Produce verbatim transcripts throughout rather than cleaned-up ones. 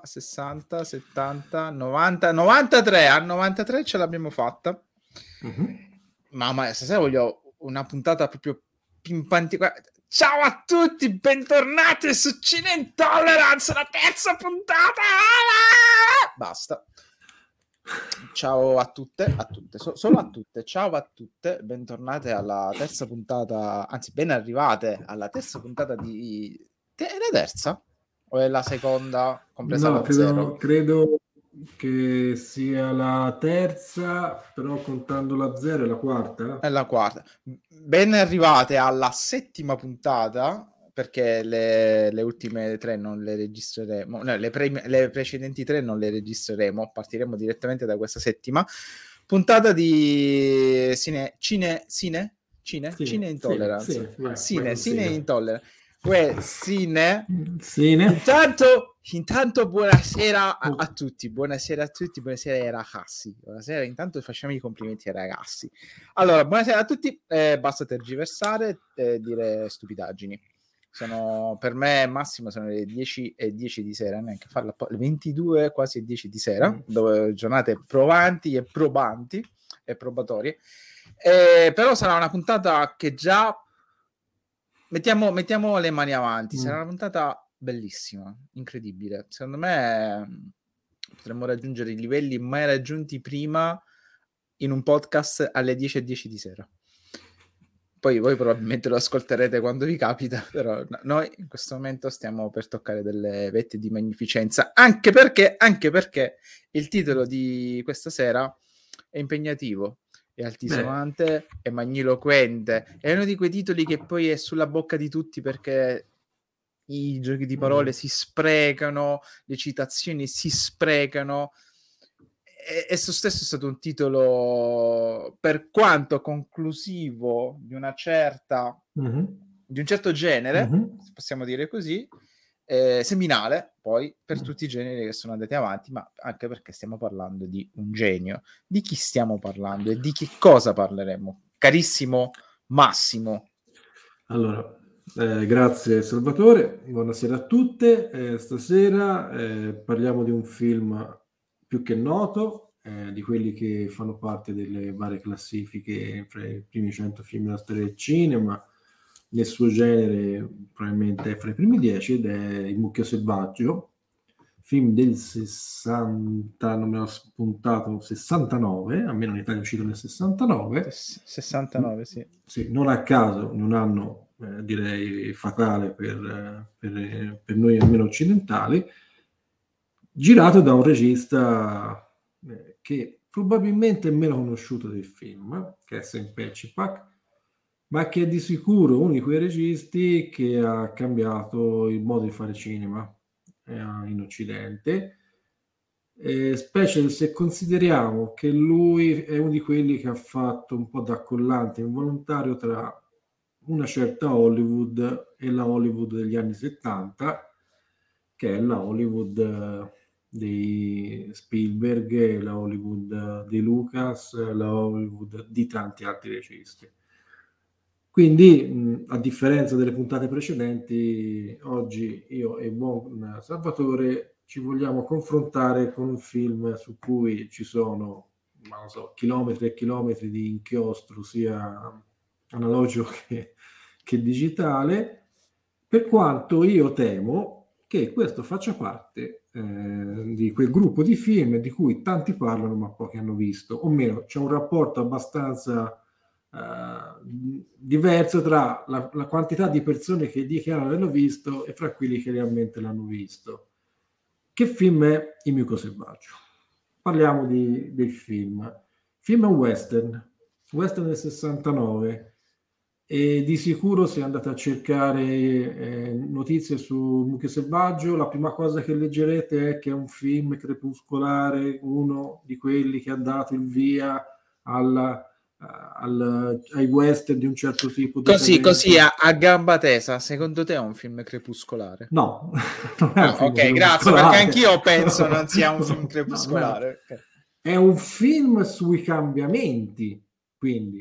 sessanta, settanta, novanta, novantatré. Al novantatré ce l'abbiamo fatta. Uh-huh. Mamma, stasera voglio una puntata proprio pimpanti. Ciao a tutti, bentornati su Cine Intolerance, la terza puntata. Basta. Ciao a tutte, a tutte, so- solo a tutte. Ciao a tutte, bentornate alla terza puntata, anzi ben arrivate alla terza puntata di... È la terza? O è la seconda, compresa no, la credo, zero? Credo che sia la terza, però contando la zero è la quarta. È la quarta. Ben arrivate alla settima puntata, perché le, le ultime tre non le registreremo, no, le, pre- le precedenti tre non le registreremo, partiremo direttamente da questa settima puntata di Cine, Cine, Cine? Cine? Sì, Cine Intolerance. sì, sì, vai, Cine, vai Cine Cine. Intolerance. Uè, Cine. Cine. Intanto, intanto buonasera a, a tutti, buonasera a tutti, buonasera ai ragazzi. Buonasera, intanto facciamo i complimenti ai ragazzi. Allora, buonasera a tutti, eh, basta tergiversare e eh, dire stupidaggini. Sono, per me massimo sono le dieci e dieci di sera, neanche farla po- le ventidue, quasi dieci di sera, mm. dove giornate provanti e probanti e probatorie. Eh, però sarà una puntata che già mettiamo, mettiamo le mani avanti, mm. sarà una puntata bellissima, incredibile. Secondo me potremmo raggiungere i livelli mai raggiunti prima in un podcast alle dieci e dieci di sera. Poi voi probabilmente lo ascolterete quando vi capita, però noi in questo momento stiamo per toccare delle vette di magnificenza, anche perché, anche perché il titolo di questa sera è impegnativo, è altisonante, Beh. è magniloquente, è uno di quei titoli che poi è sulla bocca di tutti perché i giochi di parole mm. si sprecano, le citazioni si sprecano. Esso stesso è stato un titolo, per quanto conclusivo, di una certa mm-hmm. di un certo genere, mm-hmm. possiamo dire così, eh, seminale poi per mm-hmm. tutti i generi che sono andati avanti, ma anche perché stiamo parlando di un genio. Di chi stiamo parlando e di che cosa parleremo, carissimo Massimo? Allora, eh, grazie Salvatore, buonasera a tutte. Eh, stasera eh, parliamo di un film più che noto, eh, di quelli che fanno parte delle varie classifiche fra i primi cento film della storia del cinema. Nel suo genere probabilmente è fra i primi dieci ed è Il mucchio selvaggio, film del sessanta, non me l'ho spuntato, sessantanove, almeno in Italia è uscito nel sessantanove. sessantanove, sì. Sì, non a caso, in un anno eh, direi fatale per, per, per noi almeno occidentali, girato da un regista eh, che probabilmente è meno conosciuto del film, che è Sam Peckinpah, ma che è di sicuro uno di quei registi che ha cambiato il modo di fare cinema eh, in Occidente, eh, specie se consideriamo che lui è uno di quelli che ha fatto un po' da collante involontario tra una certa Hollywood e la Hollywood degli anni settanta, che è la Hollywood di Spielberg, la Hollywood di Lucas, la Hollywood di tanti altri registi. Quindi, mh, a differenza delle puntate precedenti, oggi io e buon Salvatore ci vogliamo confrontare con un film su cui ci sono, non so, chilometri e chilometri di inchiostro, sia analogico che, che digitale, per quanto io temo che questo faccia parte eh, di quel gruppo di film di cui tanti parlano ma pochi hanno visto, o meno c'è un rapporto abbastanza Uh, diverso tra la, la quantità di persone che dichiarano di averlo visto e fra quelli che realmente l'hanno visto. Che film è Il mucchio selvaggio? Parliamo di, del film. Film è un western, western del sessantanove, e di sicuro se andate a cercare eh, notizie su Mucchio selvaggio, la prima cosa che leggerete è che è un film crepuscolare, uno di quelli che ha dato il via alla Al, ai western di un certo tipo di così così a, a gamba tesa. Secondo te è un film crepuscolare? No, non è ah, un film ok, grazie, perché anch'io penso non sia un no, film crepuscolare. No, okay. È un film sui cambiamenti, quindi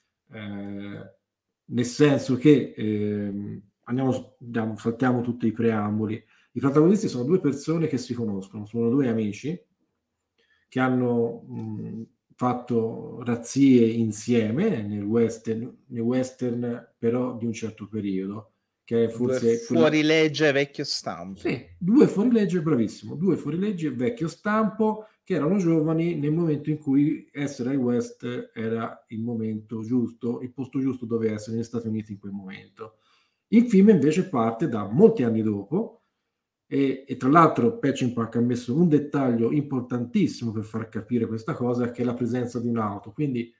eh, nel senso che eh, andiamo, andiamo, saltiamo tutti i preamboli. I protagonisti sono due persone che si conoscono, sono due amici che hanno mh, fatto razzie insieme nel western, nel western però di un certo periodo, che è forse due quello... fuorilegge vecchio stampo. Sì, due fuorilegge, bravissimo, due fuorilegge vecchio stampo che erano giovani nel momento in cui essere ai West era il momento giusto, il posto giusto dove essere negli Stati Uniti in quel momento. Il film invece parte da molti anni dopo e, e tra l'altro Peckinpah ha messo un dettaglio importantissimo per far capire questa cosa, che è la presenza di un'auto, quindi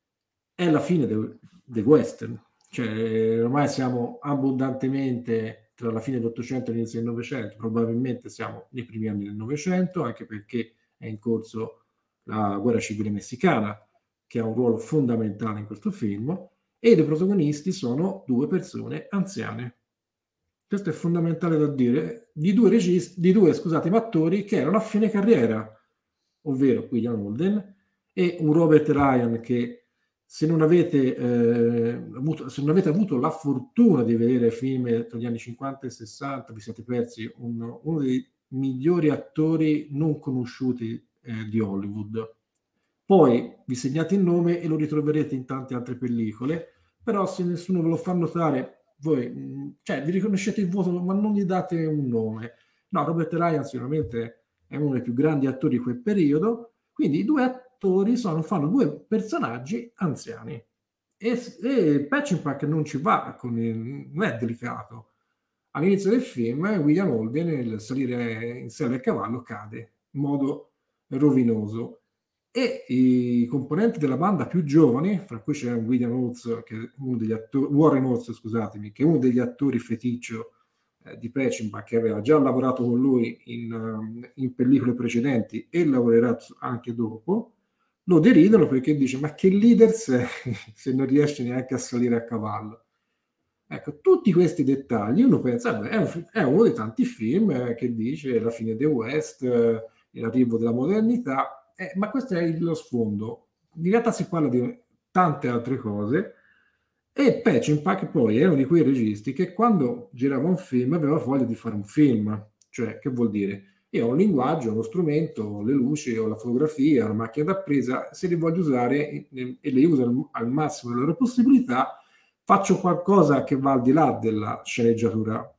è la fine del, del western, cioè ormai siamo abbondantemente tra la fine dell'Ottocento e l'inizio del Novecento, probabilmente siamo nei primi anni del Novecento, anche perché è in corso la guerra civile messicana, che ha un ruolo fondamentale in questo film, e i protagonisti sono due persone anziane. Questo è fondamentale da dire, di due registi, di due, scusate, attori che erano a fine carriera, ovvero William Holden e un Robert Ryan che se non avete, eh, avuto, se non avete avuto la fortuna di vedere film tra gli anni cinquanta e sessanta, vi siete persi un, uno dei migliori attori non conosciuti eh, di Hollywood. Poi vi segnate il nome e lo ritroverete in tante altre pellicole, però se nessuno ve lo fa notare, voi, cioè, vi riconoscete il voto, ma non gli date un nome. No, Robert Ryan sicuramente è uno dei più grandi attori di quel periodo, quindi i due attori sono, fanno due personaggi anziani. E, e Peckinpah non ci va, con il, non è delicato. All'inizio del film, William Holden, nel salire in sella a cavallo, cade in modo rovinoso. E i componenti della banda più giovani, fra cui c'è William Oates, che è uno degli attori, Warren Oates, scusatemi, che è uno degli attori feticcio eh, di Peckinpah, che aveva già lavorato con lui in, um, in pellicole precedenti e lavorerà anche dopo, lo deridono perché dice: ma che leader sei se non riesci neanche a salire a cavallo? Ecco, tutti questi dettagli uno pensa, beh, è, un, è uno dei tanti film eh, che dice la fine del West, eh, l'arrivo della modernità, eh, ma questo è lo sfondo. In realtà si parla di tante altre cose e Peckinpah poi è uno di quei registi che quando girava un film aveva voglia di fare un film, cioè che vuol dire? Io ho un linguaggio, uno strumento, le luci, ho la fotografia, la macchina da presa, se li voglio usare e le uso al, al massimo delle loro possibilità, faccio qualcosa che va al di là della sceneggiatura,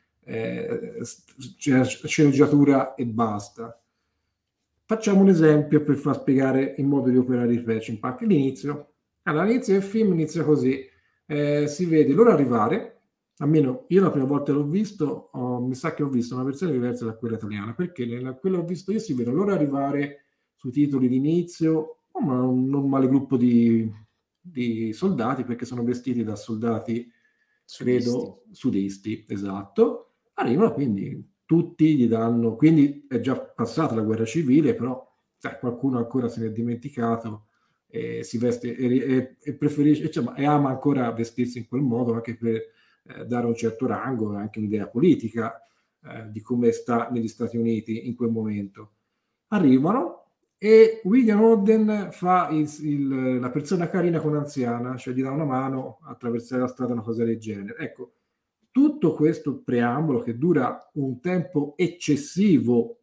eh, sceneggiatura e basta. Facciamo un esempio per far spiegare il modo di operare di Peckinpah. L'inizio. Allora, all'inizio del film inizia così. Eh, si vede loro arrivare, almeno io la prima volta l'ho visto, oh, mi sa che ho visto una versione diversa da quella italiana, perché nella, quella ho visto io si vede loro arrivare sui titoli d'inizio, oh, ma un normale gruppo di, di soldati, perché sono vestiti da soldati, Sudisti. credo, sudisti, esatto. Arrivano, quindi tutti gli danno, quindi è già passata la guerra civile, però sai, qualcuno ancora se ne è dimenticato e si veste e, e, e preferisce, insomma, e ama ancora vestirsi in quel modo anche per eh, dare un certo rango, anche un'idea politica eh, di come sta negli Stati Uniti in quel momento. Arrivano e William Holden fa il, il, la persona carina con anziana, cioè gli dà una mano a attraversare la strada, una cosa del genere. Ecco, tutto questo preambolo che dura un tempo eccessivo,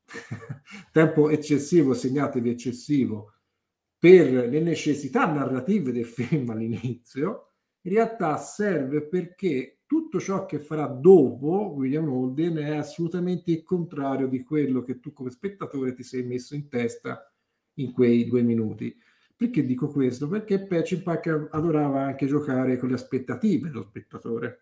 tempo eccessivo, segnatevi eccessivo, per le necessità narrative del film all'inizio, in realtà serve perché tutto ciò che farà dopo William Holden è assolutamente il contrario di quello che tu come spettatore ti sei messo in testa in quei due minuti. Perché dico questo? Perché Peckinpah adorava anche giocare con le aspettative dello spettatore.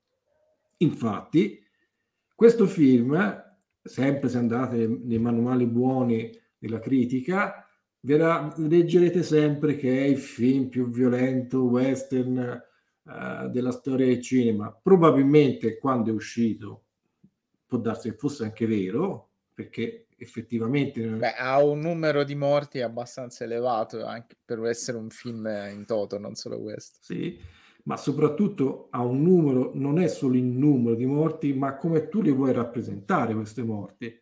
Infatti, questo film, sempre se andate nei manuali buoni della critica, verrà, leggerete sempre che è il film più violento western eh, della storia del cinema. Probabilmente quando è uscito può darsi che fosse anche vero, perché effettivamente... Beh, ha un numero di morti abbastanza elevato anche per essere un film in toto, non solo questo. Sì, ma soprattutto ha un numero, non è solo il numero di morti, ma come tu li vuoi rappresentare queste morti.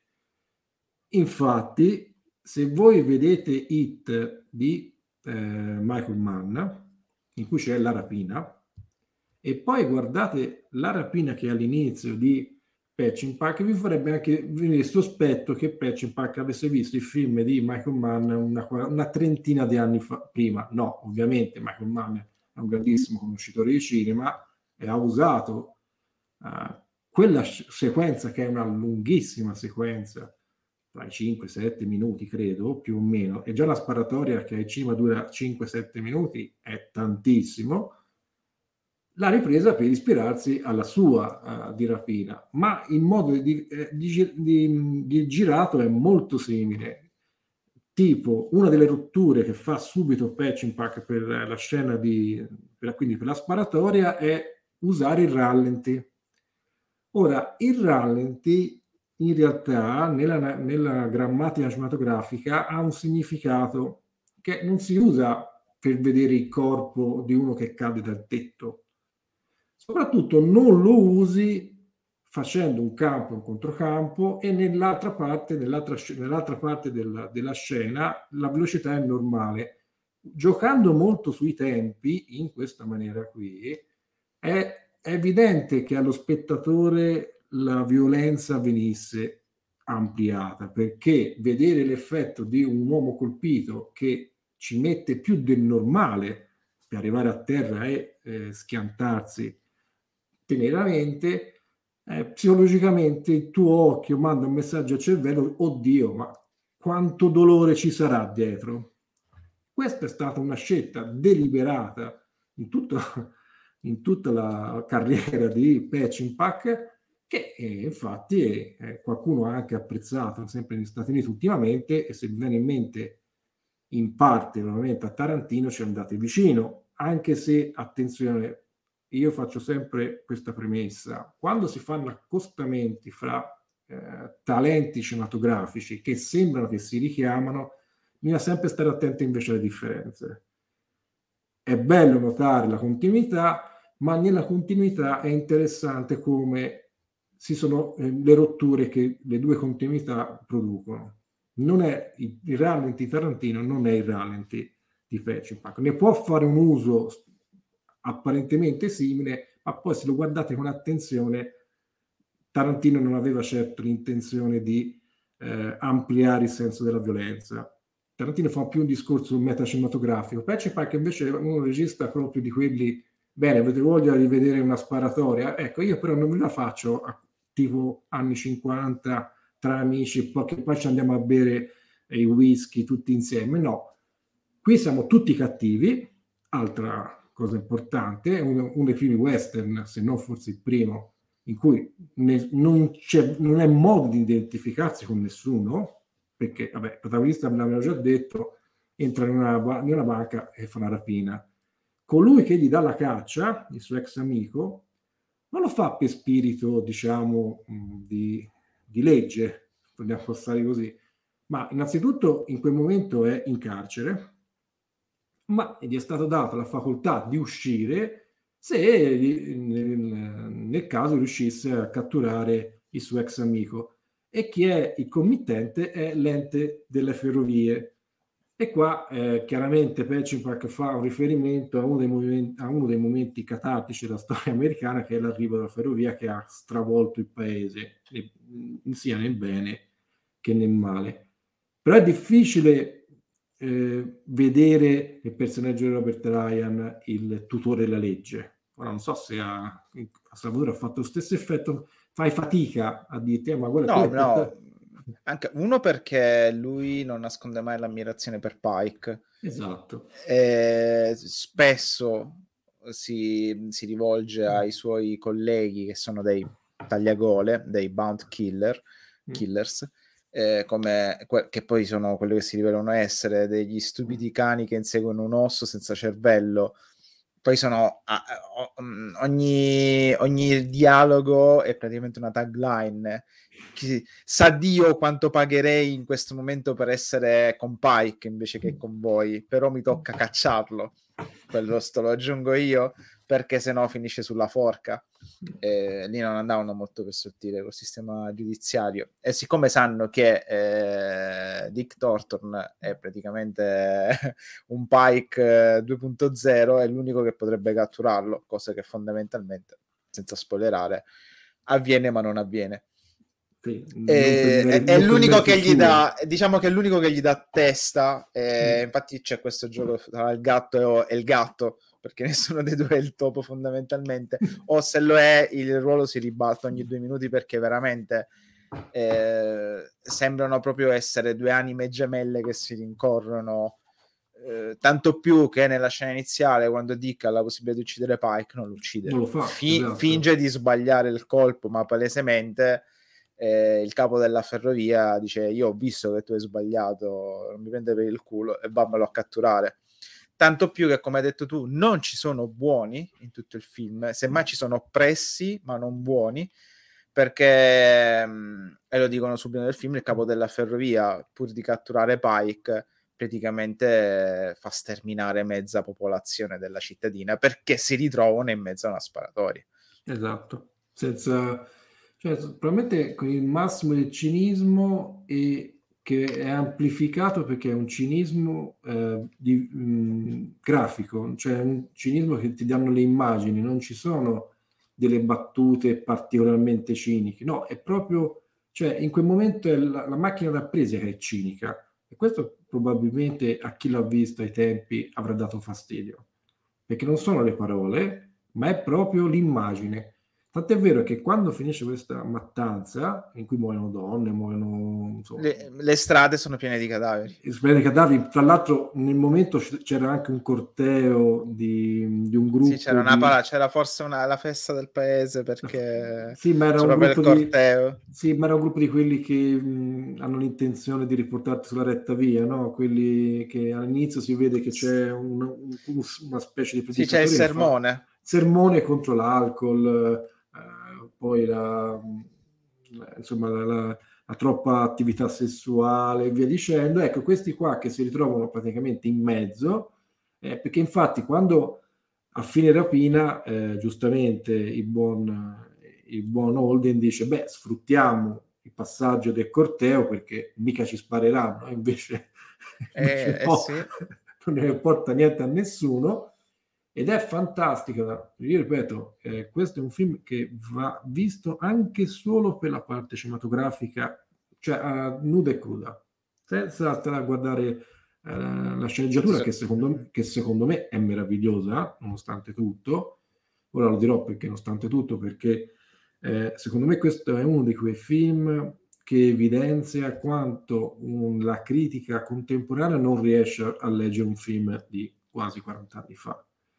Infatti, se voi vedete It di eh, Michael Mann, in cui c'è la rapina, e poi guardate la rapina che è all'inizio di Peckinpah, vi farebbe anche venire il sospetto che Peckinpah avesse visto il film di Michael Mann una, una trentina di anni fa, prima. No, ovviamente Michael Mann è un grandissimo conoscitore di cinema e ha usato uh, quella sequenza, che è una lunghissima sequenza, tra i cinque sette minuti credo, più o meno, e già la sparatoria che ai cinema dura cinque sette minuti è tantissimo. L'ha ripresa per ispirarsi alla sua uh, di rapina, ma il modo di, eh, di, di, di girato è molto simile. Tipo, una delle rotture che fa subito Peckinpah per la scena di, per, quindi per la sparatoria, è usare il rallenti. Ora, il rallenti in realtà nella, nella grammatica cinematografica ha un significato che non si usa per vedere il corpo di uno che cade dal tetto. Soprattutto non lo usi facendo un campo e un controcampo e nell'altra parte, nell'altra, nell'altra parte della, della scena la velocità è normale. Giocando molto sui tempi, in questa maniera qui, è, è evidente che allo spettatore la violenza venisse ampliata, perché vedere l'effetto di un uomo colpito che ci mette più del normale per arrivare a terra e eh, schiantarsi teneramente, eh, psicologicamente il tuo occhio manda un messaggio al cervello: oddio, ma quanto dolore ci sarà dietro. Questa è stata una scelta deliberata in, tutto, in tutta la carriera di Peckinpah, che eh, infatti eh, qualcuno ha anche apprezzato sempre negli Stati Uniti ultimamente, e se vi viene in mente in parte ovviamente a Tarantino ci andate vicino, anche se, attenzione, io faccio sempre questa premessa: quando si fanno accostamenti fra eh, talenti cinematografici che sembrano che si richiamano, bisogna sempre stare attenti invece alle differenze. È bello notare la continuità, ma nella continuità è interessante come si sono eh, le rotture che le due continuità producono. Non è il, il rallenti Tarantino non è il rallenti di Peckinpah. Ne può fare un uso apparentemente simile, ma poi se lo guardate con attenzione, Tarantino non aveva certo l'intenzione di eh, ampliare il senso della violenza. Tarantino fa più un discorso metacinematografico. Peckinpah invece è un regista proprio di quelli: bene, avete voglia di vedere una sparatoria? Ecco, io però non me la faccio a, tipo anni cinquanta tra amici, poi, che poi ci andiamo a bere i whisky tutti insieme. No, qui siamo tutti cattivi. Altra cosa importante, è uno, uno dei primi western, se non forse il primo, in cui ne, non, c'è, non è modo di identificarsi con nessuno, perché vabbè, il protagonista, me l'aveva già detto, entra in una, in una banca e fa una rapina. Colui che gli dà la caccia, il suo ex amico, non lo fa per spirito, diciamo, di, di legge, vogliamo passare così, ma innanzitutto in quel momento è in carcere, ma gli è stata data la facoltà di uscire se nel, nel caso riuscisse a catturare il suo ex amico. E chi è il committente? È l'ente delle ferrovie. E qua eh, chiaramente Peckinpah fa un riferimento a uno, dei momenti, a uno dei momenti catartici della storia americana, che è l'arrivo della ferrovia, che ha stravolto il paese, sia nel bene che nel male. Però è difficile eh, vedere il personaggio di Robert Ryan il tutore della legge. Ora non so se a, a Salvatore ha fatto lo stesso effetto, fai fatica a dirti, eh, ma guarda, no, quello no. è... Anche uno, perché lui non nasconde mai l'ammirazione per Pike. Esatto. E spesso si, si rivolge ai suoi colleghi che sono dei tagliagole, dei bounty killer, killers, eh, come, che poi sono quelli che si rivelano essere degli stupidi cani che inseguono un osso senza cervello. Poi sono a, a, ogni, ogni dialogo è praticamente una tagline. Chi, sa Dio quanto pagherei in questo momento per essere con Pike invece che con voi, però mi tocca cacciarlo, quello sto lo aggiungo io, perché sennò finisce sulla forca. Eh, lì non andavano molto per sottile col sistema giudiziario, e siccome sanno che eh, Dick Thornton è praticamente un Pike due punto zero, è l'unico che potrebbe catturarlo, cosa che fondamentalmente, senza spoilerare, avviene ma non avviene. Sì, E, per, è, è l'unico che gli suo. dà, diciamo che è l'unico che gli dà testa. E Mm. infatti c'è questo gioco tra il gatto e il gatto, perché nessuno dei due è il topo fondamentalmente, o se lo è il ruolo si ribalta ogni due minuti, perché veramente eh, sembrano proprio essere due anime gemelle che si rincorrono. Eh, tanto più che nella scena iniziale, quando Dick ha la possibilità di uccidere Pike, non lo uccide, non lo fa, Fi- esatto. finge di sbagliare il colpo, ma palesemente eh, il capo della ferrovia dice: io ho visto che tu hai sbagliato, non mi prende per il culo, e vammelo a catturare. Tanto più che, come hai detto tu, non ci sono buoni in tutto il film, semmai ci sono oppressi ma non buoni, perché e lo dicono subito nel film, il capo della ferrovia, pur di catturare Pike, praticamente fa sterminare mezza popolazione della cittadina, perché si ritrovano in mezzo a una sparatoria. Esatto, senza, cioè, probabilmente con il massimo del cinismo, e che è amplificato perché è un cinismo eh, di, mh, grafico, cioè un cinismo che ti danno le immagini, non ci sono delle battute particolarmente ciniche, no, è proprio, cioè in quel momento è la, la macchina da presa che è cinica, e questo probabilmente a chi l'ha visto ai tempi avrà dato fastidio, perché non sono le parole, ma è proprio l'immagine. Tant'è vero che quando finisce questa mattanza, in cui muoiono donne, muoiono insomma, Le, le strade sono piene di cadaveri. i cadaveri, tra l'altro nel momento c'era anche un corteo di, di un Sì, c'era gruppo una di... pala, c'era forse una, la festa del paese, perché Sì, ma era c'era un proprio il gruppo di... corteo. Sì, ma era un gruppo di quelli che mh, hanno l'intenzione di riportarti sulla retta via, no? Quelli che all'inizio si vede che c'è un, un, una specie di Sì, c'è il predicatore che fa sermone. sermone contro l'alcol, eh, poi la, insomma, la, la, la troppa attività sessuale e via dicendo. Ecco, questi qua che si ritrovano praticamente in mezzo, eh, perché infatti quando a fine rapina, eh, giustamente il buon, il buon Holden dice: beh, sfruttiamo il passaggio del corteo perché mica ci spareranno, invece, Eh, invece eh no, sì. non ne importa niente a nessuno. Ed è fantastica, io ripeto, eh, questo è un film che va visto anche solo per la parte cinematografica, cioè uh, nuda e cruda, senza stare a guardare uh, la sceneggiatura che secondo, che secondo me è meravigliosa, nonostante tutto. Ora lo dirò perché nonostante tutto, perché eh, secondo me questo è uno di quei film che evidenzia quanto un, la critica contemporanea non riesce a leggere un film di quasi quaranta anni fa.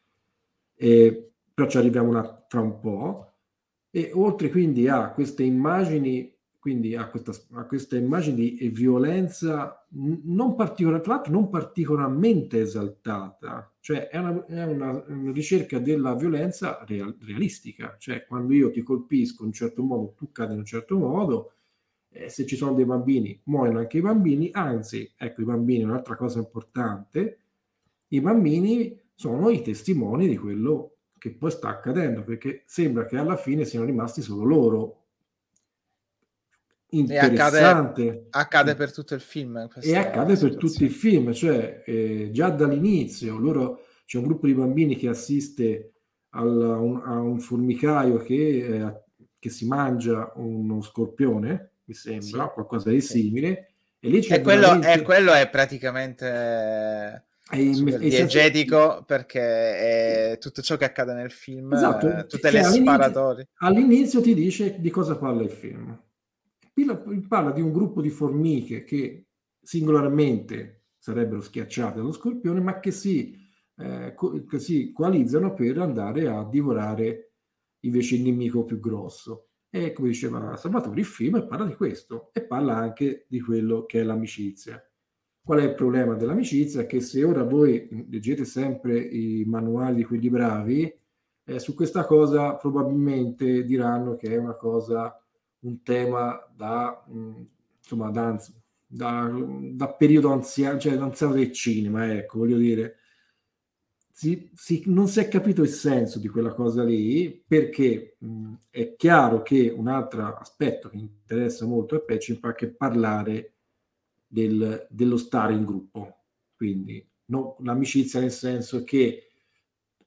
E, però ci arriviamo una, tra un po', e oltre quindi a queste immagini, quindi a questa, a queste immagini di violenza non particolar, tra l'altro non particolarmente esaltata, cioè è una, è una, una ricerca della violenza real, realistica, cioè quando io ti colpisco in un certo modo, tu cadi in un certo modo, eh, se ci sono dei bambini muoiono anche i bambini, anzi, ecco, i bambini, un'altra cosa importante, i bambini sono i testimoni di quello che poi sta accadendo, perché sembra che alla fine siano rimasti solo loro. E accade, Interessante. accade per tutto il film E questa accade per tutto il situazione. film, cioè eh, già dall'inizio loro, c'è un gruppo di bambini che assiste alla, un, a un formicaio che, eh, che si mangia uno scorpione, mi sembra, Sì, qualcosa di sì. simile, e lì c'è E quello, e veramente... quello è praticamente È, super è senza... diegetico, perché è tutto ciò che accade nel film, eh, Esatto, tutte cioè le all'inizio, sparatorie. all'inizio ti dice di cosa parla il film. Parla di un gruppo di formiche che singolarmente sarebbero schiacciate dallo scorpione, ma che si, eh, co- che si coalizzano per andare a divorare invece il nemico più grosso. E come diceva Salvatore, il film parla di questo e parla anche di quello che è l'amicizia. Qual è il problema dell'amicizia? Che se ora voi leggete sempre i manuali di quelli bravi, eh, su questa cosa probabilmente diranno che è una cosa, un tema da, mh, insomma, da, da, da periodo anziano, cioè anziano del cinema, ecco, voglio dire. Si, si, non si è capito il senso di quella cosa lì, perché mh, è chiaro che un altro aspetto che interessa molto a Peckinpah è parlare del, dello stare in gruppo, quindi no, l'amicizia nel senso che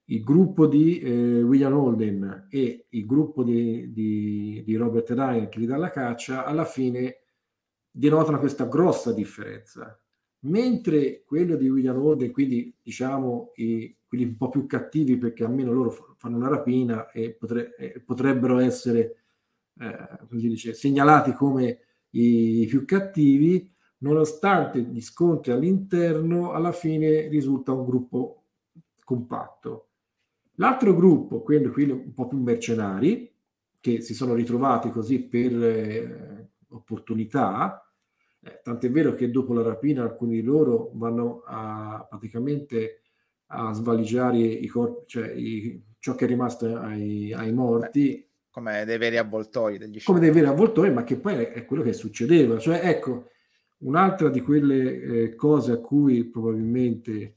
il gruppo di eh, William Holden e il gruppo di, di, di Robert Ryan che gli dà la caccia, alla fine denotano questa grossa differenza. Mentre quello di William Holden, quindi diciamo i, quelli un po' più cattivi, perché almeno loro fanno una rapina e, potre, e potrebbero essere eh, come si dice, segnalati come i, i più cattivi, nonostante gli scontri all'interno, alla fine risulta un gruppo compatto. L'altro gruppo, quello, quelli un po' più mercenari, che si sono ritrovati così per eh, opportunità, eh, tant'è vero che dopo la rapina alcuni di loro vanno a praticamente a svaligiare i corpi, cioè i, ciò che è rimasto ai, ai morti. Beh, come dei veri avvoltoi degli come dei veri avvoltoi, ma che poi è, è quello che succedeva. Cioè, ecco, un'altra di quelle eh, cose a cui probabilmente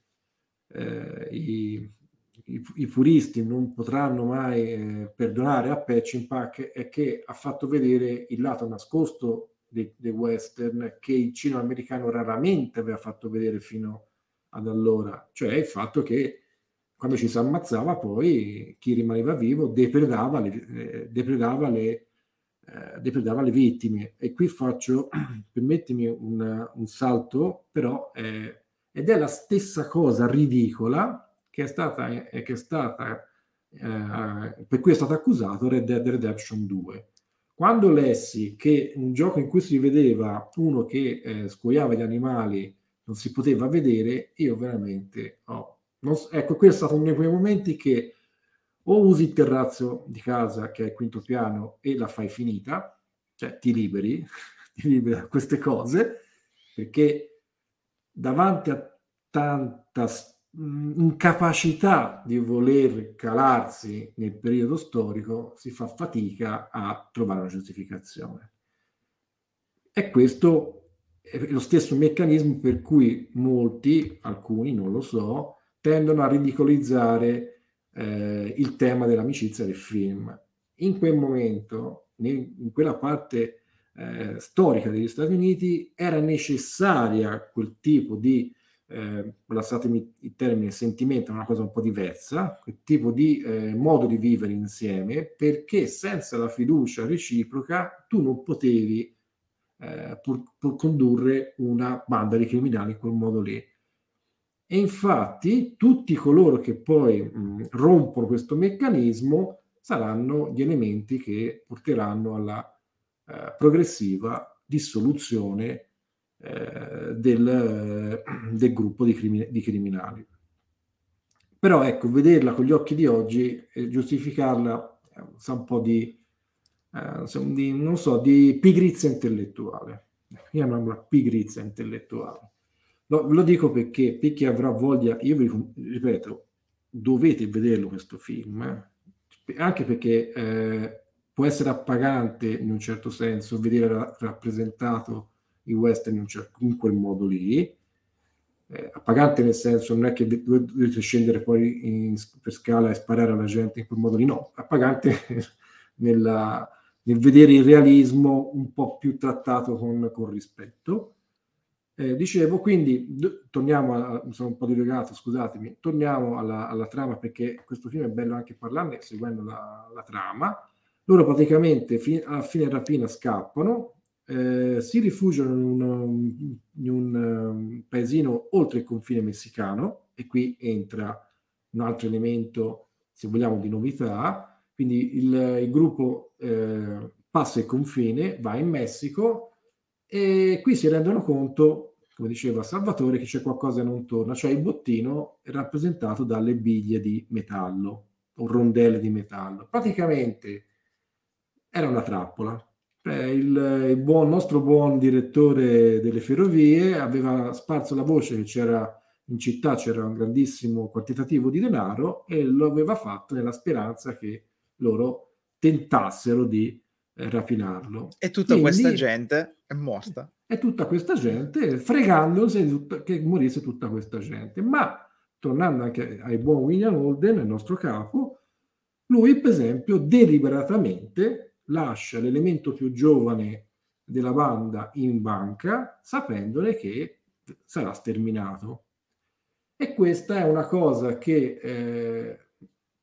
eh, i, i, i puristi non potranno mai eh, perdonare a Peckinpah è che ha fatto vedere il lato nascosto dei, dei western che il cinema americano raramente aveva fatto vedere fino ad allora, cioè il fatto che quando ci si ammazzava poi chi rimaneva vivo depredava le, eh, depredava le, eh, depredava le vittime. E qui faccio, permettimi un, un salto, però eh, ed è la stessa cosa ridicola che è stata, eh, che è stata eh, per cui è stato accusato Red Dead Redemption due. Quando lessi che un gioco in cui si vedeva uno che eh, scuoiava gli animali non si poteva vedere, io veramente oh, non so, ecco, questo è stato uno di quei momenti che o usi il terrazzo di casa che è il quinto piano e la fai finita, cioè ti liberi, ti liberi da queste cose, perché davanti a tanta mh, incapacità di voler calarsi nel periodo storico si fa fatica a trovare una giustificazione. E questo è lo stesso meccanismo per cui molti, alcuni non lo so, tendono a ridicolizzare eh, il tema dell'amicizia del film. In quel momento, in quella parte eh, storica degli Stati Uniti, era necessaria quel tipo di, eh, lasciatemi il termine, sentimento, è una cosa un po' diversa, quel tipo di eh, modo di vivere insieme, perché senza la fiducia reciproca tu non potevi eh, pur, pur condurre una banda di criminali in quel modo lì. E infatti tutti coloro che poi mh, rompono questo meccanismo saranno gli elementi che porteranno alla eh, progressiva dissoluzione eh, del, eh, del gruppo di, crimi- di criminali. Però ecco, vederla con gli occhi di oggi e giustificarla eh, sa un po' di, eh, di, non so, di pigrizia intellettuale. Chiamiamola pigrizia intellettuale. Lo, lo dico perché, per chi avrà voglia, io vi ripeto, dovete vederlo questo film, eh? Anche perché eh, può essere appagante in un certo senso vedere ra- rappresentato il western in, un cer- in quel modo lì, eh, appagante nel senso non è che dovete scendere poi in, per scala e sparare alla gente in quel modo lì, no, appagante nella, nel vedere il realismo un po' più trattato con, con rispetto. Eh, dicevo, quindi d- torniamo a, mi sono un po' divagato, scusatemi, torniamo alla, alla trama perché questo film è bello anche parlarne seguendo la, la trama. Loro praticamente fi- a fine rapina scappano, eh, si rifugiano in un, in un um, paesino oltre il confine messicano e qui entra un altro elemento, se vogliamo, di novità. Quindi il, il gruppo eh, passa il confine, va in Messico e qui si rendono conto, come diceva Salvatore, che c'è qualcosa che non torna, cioè il bottino è rappresentato dalle biglie di metallo o rondelle di metallo. Praticamente era una trappola. Eh, il, il buon, nostro buon direttore delle ferrovie aveva sparso la voce che c'era in città c'era un grandissimo quantitativo di denaro e lo aveva fatto nella speranza che loro tentassero di eh, rapinarlo. E tutta Quindi questa gente è morta. e tutta questa gente fregandosi di tutta, che morisse tutta questa gente. Ma tornando anche ai buon William Holden, il nostro capo, lui per esempio deliberatamente lascia l'elemento più giovane della banda in banca sapendone che sarà sterminato. E questa è una cosa che eh,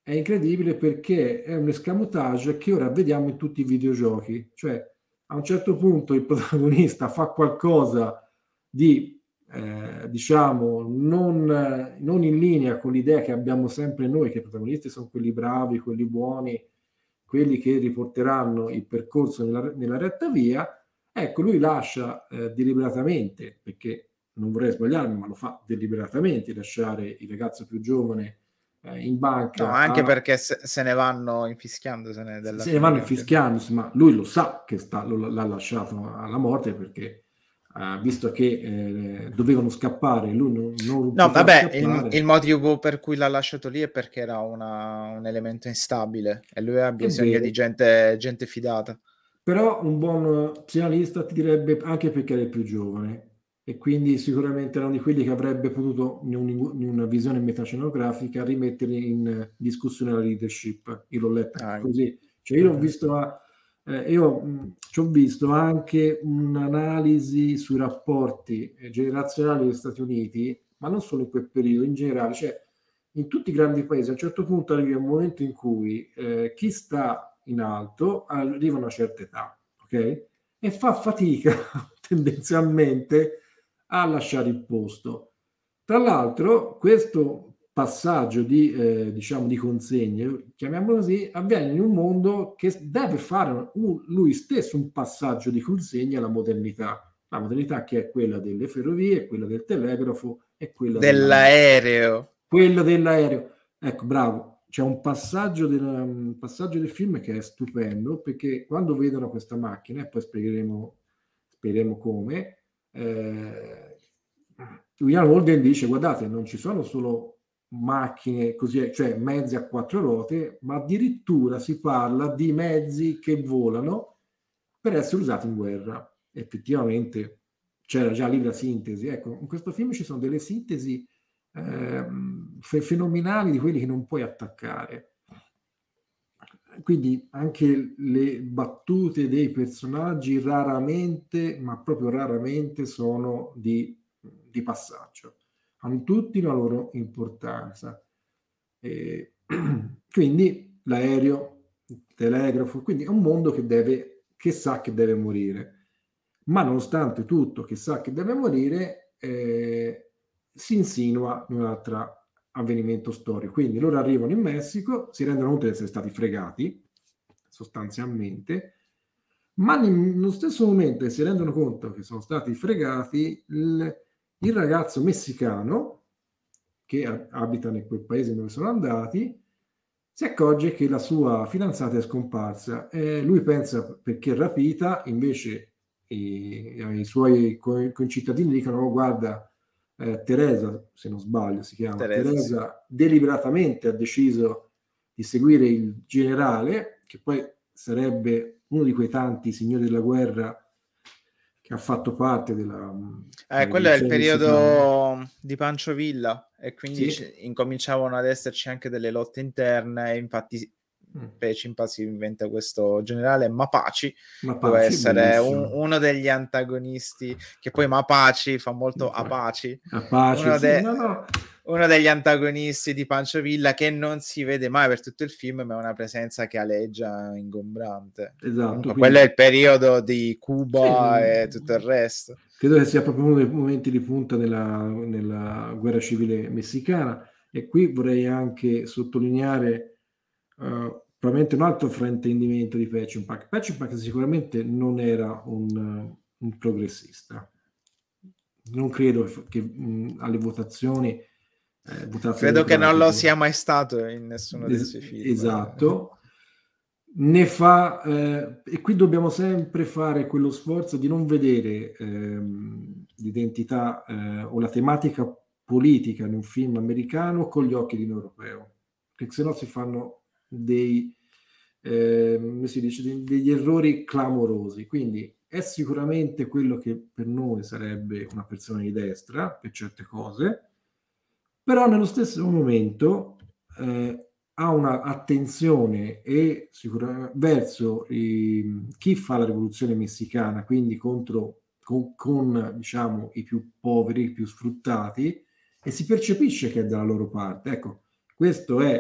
è incredibile perché è un escamotage che ora vediamo in tutti i videogiochi, cioè a un certo punto il protagonista fa qualcosa di, eh, diciamo, non, non in linea con l'idea che abbiamo sempre noi, che i protagonisti sono quelli bravi, quelli buoni, quelli che riporteranno il percorso nella, nella retta via. Ecco, lui lascia eh, deliberatamente, perché non vorrei sbagliarmi, ma lo fa deliberatamente, lasciare il ragazzo più giovane eh, in No, banca anche a, perché se, se ne vanno infischiandosene della se ne vanno figlia, ovviamente. infischiandosi, ma lui lo sa che sta, lo, l'ha lasciato alla morte perché eh, visto che eh, dovevano scappare, lui non, non No, poteva vabbè, il, il scappare. motivo per cui l'ha lasciato lì è perché era una- un elemento instabile e lui ha È bisogno di vero, gente, gente fidata. però un buon psicanalista ti direbbe anche perché era il più giovane e quindi sicuramente era uno di quelli che avrebbe potuto in, un, in una visione metascenografica rimettere in discussione la leadership. Io l'ho letta anche Ah, così, cioè io l'ho mhm. visto a, eh, io mh, ci ho visto anche un'analisi sui rapporti eh, generazionali degli Stati Uniti, ma non solo in quel periodo, in generale, cioè in tutti i grandi paesi a un certo punto arriva un momento in cui eh, chi sta in alto arriva a una certa età, ok? E fa fatica tendenzialmente a lasciare il posto. Tra l'altro, questo passaggio di, eh, diciamo, di consegne, chiamiamolo così, avviene in un mondo che deve fare un, lui stesso un passaggio di consegne alla modernità. La modernità che è quella delle ferrovie, quella del telegrafo e quella della macchina. Dell'aereo. Quello dell'aereo. Ecco, bravo. C'è un passaggio del, un passaggio del film che è stupendo perché quando vedono questa macchina, e poi spiegheremo, spiegheremo come, eh, William Holden dice: guardate, non ci sono solo macchine così, cioè mezzi a quattro ruote, ma addirittura si parla di mezzi che volano per essere usati in guerra. Effettivamente c'era già lì la sintesi. Ecco, in questo film ci sono delle sintesi eh, fenomenali di quelli che non puoi attaccare. Quindi anche le battute dei personaggi raramente, ma proprio raramente, sono di, di passaggio. Hanno tutti la loro importanza. E quindi l'aereo, il telegrafo, quindi è un mondo che deve, che sa che deve morire. Ma nonostante tutto, che sa che deve morire, eh, si insinua in un altro avvenimento storico. Quindi loro arrivano in Messico, si rendono conto di essere stati fregati, sostanzialmente, ma nello stesso momento che si rendono conto che sono stati fregati, il, il ragazzo messicano che abita in quel paese dove sono andati si accorge che la sua fidanzata è scomparsa e lui pensa perché è rapita, invece i, i suoi co- concittadini dicono: oh, guarda, eh, Teresa, se non sbaglio si chiama, Teresa, sì. Teresa deliberatamente ha deciso di seguire il generale, che poi sarebbe uno di quei tanti signori della guerra che ha fatto parte della, Eh, della quello è il rivoluzione messicana. periodo di Pancho Villa e quindi Sì. ci- incominciavano ad esserci anche delle lotte interne e infatti Mm. Peckinpah si inventa questo generale Mapaci, doveva Mapaci, essere un- bellissimo. uno degli antagonisti, che poi Mapaci fa molto Apaci, Apache, uno, sì, de- no, no. uno degli antagonisti di Pancho Villa che non si vede mai per tutto il film, ma è una presenza che aleggia ingombrante. Esatto, Comunque, quello è quindi il periodo di sì, Cuba e tutto il resto. credo che sia proprio uno dei momenti di punta nella, nella guerra civile messicana e qui vorrei anche sottolineare uh, probabilmente un altro fraintendimento di Peckinpah. Peckinpah sicuramente non era un, un progressista. Non credo che mh, alle votazioni eh, votasse Credo che non lo democratico. sia mai stato in nessuno dei Es- suoi film. esatto. Ne fa, eh, e qui dobbiamo sempre fare quello sforzo di non vedere ehm, l'identità eh, o la tematica politica in un film americano con gli occhi di un europeo, perché sennò si fanno dei, eh, come si dice, dei- degli errori clamorosi. Quindi è sicuramente quello che per noi sarebbe una persona di destra per certe cose, però nello stesso momento eh, ha una attenzione e sicuramente verso i, chi fa la rivoluzione messicana, quindi contro con, con diciamo i più poveri, i più sfruttati, e si percepisce che è dalla loro parte. Ecco, questo è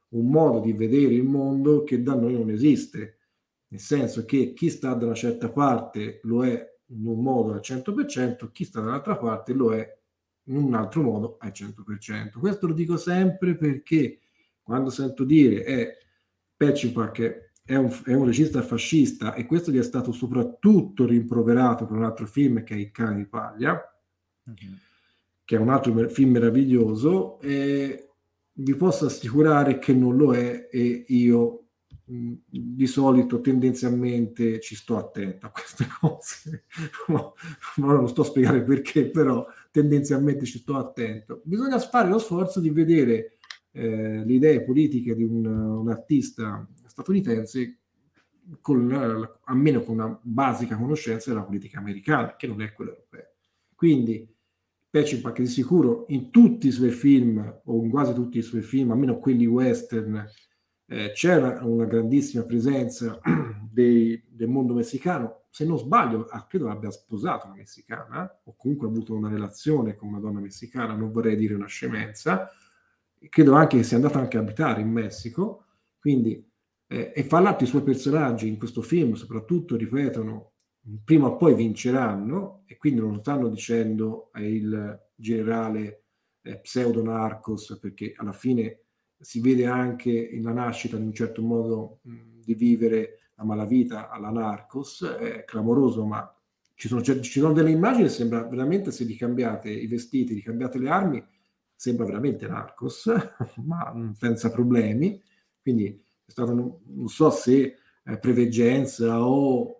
un modo di vedere il mondo che da noi non esiste, nel senso che chi sta da una certa parte lo è in un modo al cento per cento, chi sta dall'altra parte lo è in un altro modo al cento per cento. Questo lo dico sempre perché quando sento dire eh, Peckinpah è un, è un regista fascista e questo gli è stato soprattutto rimproverato per un altro film che è Il cane di paglia, mm-hmm. che è un altro film meraviglioso, e vi posso assicurare che non lo è, e io mh, di solito tendenzialmente ci sto attento a queste cose. No, non sto a spiegare perché, però tendenzialmente ci sto attento. Bisogna fare lo sforzo di vedere eh, le idee politiche di un, un artista statunitense con, almeno con una basica conoscenza della politica americana, che non è quella europea. Quindi Peckinpah, che di sicuro in tutti i suoi film, o in quasi tutti i suoi film, almeno quelli western, eh, c'era una grandissima presenza dei, del mondo messicano. Se non sbaglio, credo abbia sposato una messicana, o comunque ha avuto una relazione con una donna messicana, non vorrei dire una scemenza. Credo anche che sia andato anche a abitare in Messico, quindi, eh, e fra l'altro i suoi personaggi in questo film soprattutto ripetono prima o poi vinceranno, e quindi non stanno dicendo il generale eh, pseudo narcos, perché alla fine si vede anche la nascita di un certo modo mh, di vivere la malavita alla narcos, è clamoroso, ma ci sono, ci sono delle immagini, sembra veramente, se vi cambiate i vestiti, vi cambiate le armi, sembra veramente narcos, ma senza problemi. Quindi è stato, non, non so se eh, preveggenza o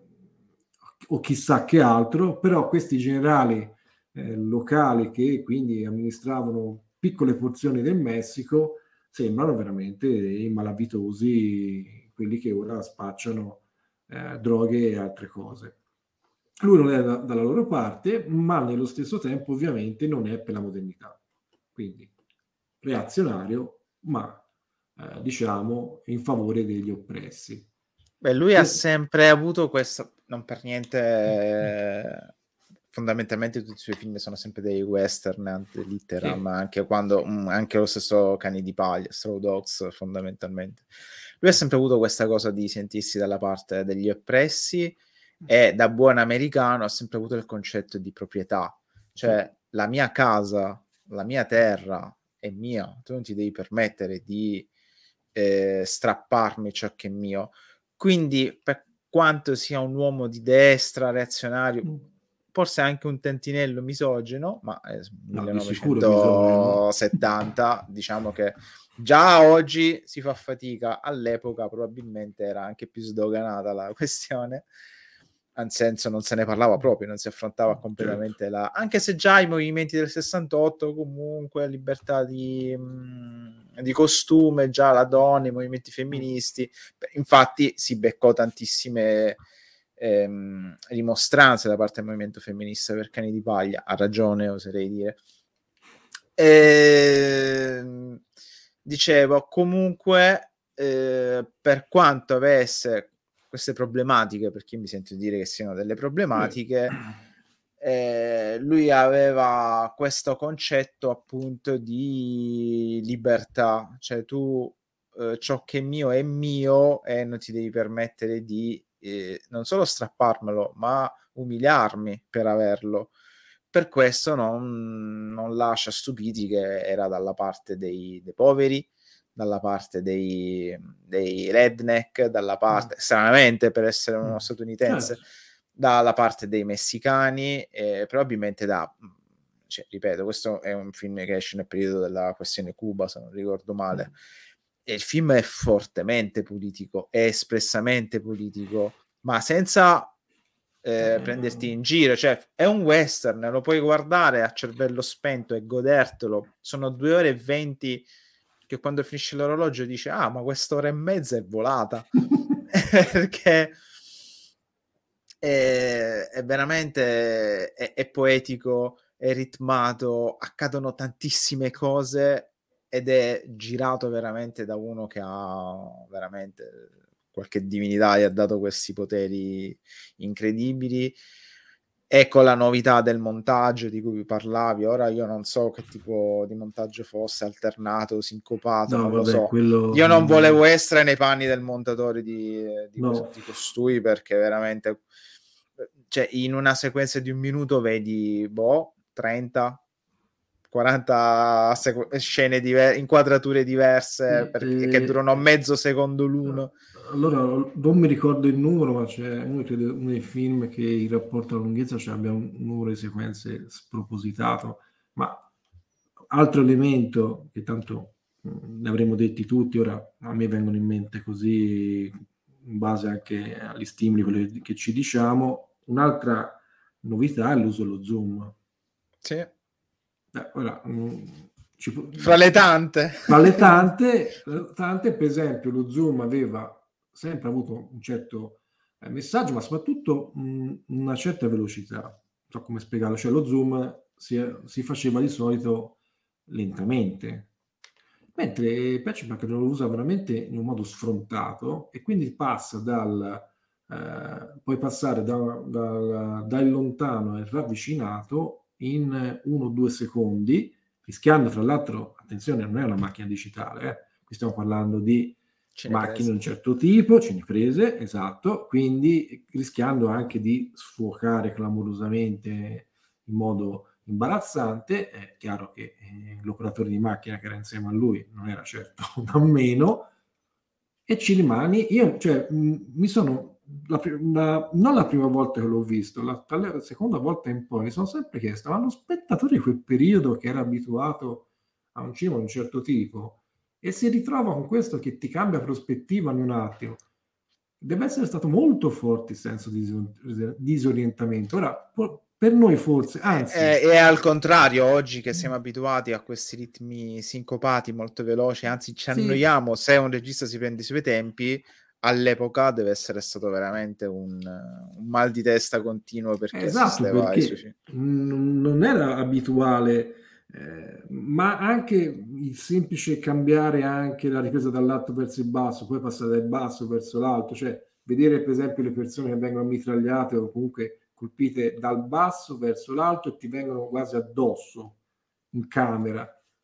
o chissà che altro, però questi generali eh, locali che quindi amministravano piccole porzioni del Messico sembrano veramente dei malavitosi, quelli che ora spacciano eh, droghe e altre cose. Lui non è da, dalla loro parte, ma nello stesso tempo ovviamente non è per la modernità. Quindi reazionario, ma eh, diciamo in favore degli oppressi. Beh, lui ha sempre avuto questo, non per niente, eh, fondamentalmente tutti i suoi film sono sempre dei western, litteram, sì. anche quando, anche lo stesso Cani di Paglia, Straw Dogs, fondamentalmente. Lui ha sempre avuto questa cosa di sentirsi dalla parte degli oppressi, e da buon americano ha sempre avuto il concetto di proprietà, cioè sì. la mia casa, la mia terra è mia, tu non ti devi permettere di eh, strapparmi ciò che è mio. Quindi, per quanto sia un uomo di destra, reazionario, mm. forse anche un tantinello misogino, ma è no, millenovecentosettanta, diciamo che già oggi si fa fatica, all'epoca probabilmente era anche più sdoganata la questione, nel senso non se ne parlava proprio, non si affrontava completamente certo. la... Anche se già i movimenti del sessantotto, comunque, libertà di... Mh, di costume, già la donna, i movimenti femministi, infatti si beccò tantissime ehm, rimostranze da parte del movimento femminista per Cani di Paglia, ha ragione, oserei dire. E, dicevo, comunque eh, per quanto avesse queste problematiche, perché mi sento dire che siano delle problematiche, eh, lui aveva questo concetto appunto di libertà, cioè tu eh, ciò che è mio è mio e non ti devi permettere di eh, non solo strapparmelo, ma umiliarmi per averlo. Per questo non, non lascia stupiti che era dalla parte dei, dei poveri, dalla parte dei, dei redneck, dalla parte, mm. stranamente per essere uno statunitense, certo. dalla parte dei messicani, e probabilmente da, cioè, ripeto, questo è un film che esce nel periodo della questione Cuba, se non ricordo male, mm. e il film è fortemente politico, è espressamente politico, ma senza eh, prenderti in giro, cioè è un western, lo puoi guardare a cervello spento e godertelo, sono due ore e venti che quando finisce l'orologio dice ah ma quest'ora e mezza è volata perché è, è veramente è, è poetico, è ritmato, accadono tantissime cose ed è girato veramente da uno che ha veramente qualche divinità gli ha dato questi poteri incredibili. Ecco la novità del montaggio di cui parlavi. Ora io non so che tipo di montaggio fosse, alternato, sincopato, No, non lo vabbè, so. quello Io non non... volevo essere nei panni del montatore di, di, No. di costui, perché veramente, cioè, in una sequenza di un minuto vedi, boh, trenta, quaranta sequ- scene diverse, inquadrature diverse, Sì, perché, che eh, durano mezzo secondo l'uno. allora, non mi ricordo il numero, ma c'è uno, credo, uno dei film che in rapporto alla lunghezza cioè abbia un numero di sequenze spropositato, ma altro elemento che tanto mh, ne avremmo detti tutti, ora a me vengono in mente così in base anche agli stimoli quelli che ci diciamo, un'altra novità è l'uso dello zoom. Sì. Eh, ora, mh, ci pu- Fra le tante. Fra le tante, tante, per esempio, lo zoom aveva sempre avuto un certo eh, messaggio, ma soprattutto mh, una certa velocità. Non so come spiegarlo, cioè lo zoom si, si faceva di solito lentamente, mentre Patchmark lo usa veramente in un modo sfrontato e quindi passa dal eh, puoi passare da, da, dal lontano al ravvicinato in uno o due secondi, rischiando fra l'altro, attenzione, non è una macchina digitale, eh. Qui stiamo parlando di macchine di un certo tipo, cineprese, esatto, quindi rischiando anche di sfocare clamorosamente in modo imbarazzante. È chiaro che eh, l'operatore di macchina che era insieme a lui non era certo da meno, e ci rimani. Io, cioè, mh, mi sono la, la, non la prima volta che l'ho visto, la, la seconda volta in poi mi sono sempre chiesto, ma lo spettatore di quel periodo che era abituato a un cinema di un certo tipo e si ritrova con questo che ti cambia prospettiva in un attimo, deve essere stato molto forte il senso di disorientamento. Ora, per noi forse, anzi... E, e al contrario, oggi che siamo abituati a questi ritmi sincopati molto veloci, anzi ci annoiamo, sì. Se un regista si prende i suoi tempi, all'epoca deve essere stato veramente un, un mal di testa continuo perché esatto, assisteva ai suoi perché film. Non era abituale, eh, ma anche il semplice cambiare anche la ripresa dall'alto verso il basso, poi passare dal basso verso l'alto, cioè vedere per esempio le persone che vengono mitragliate o comunque colpite dal basso verso l'alto e ti vengono quasi addosso in camera.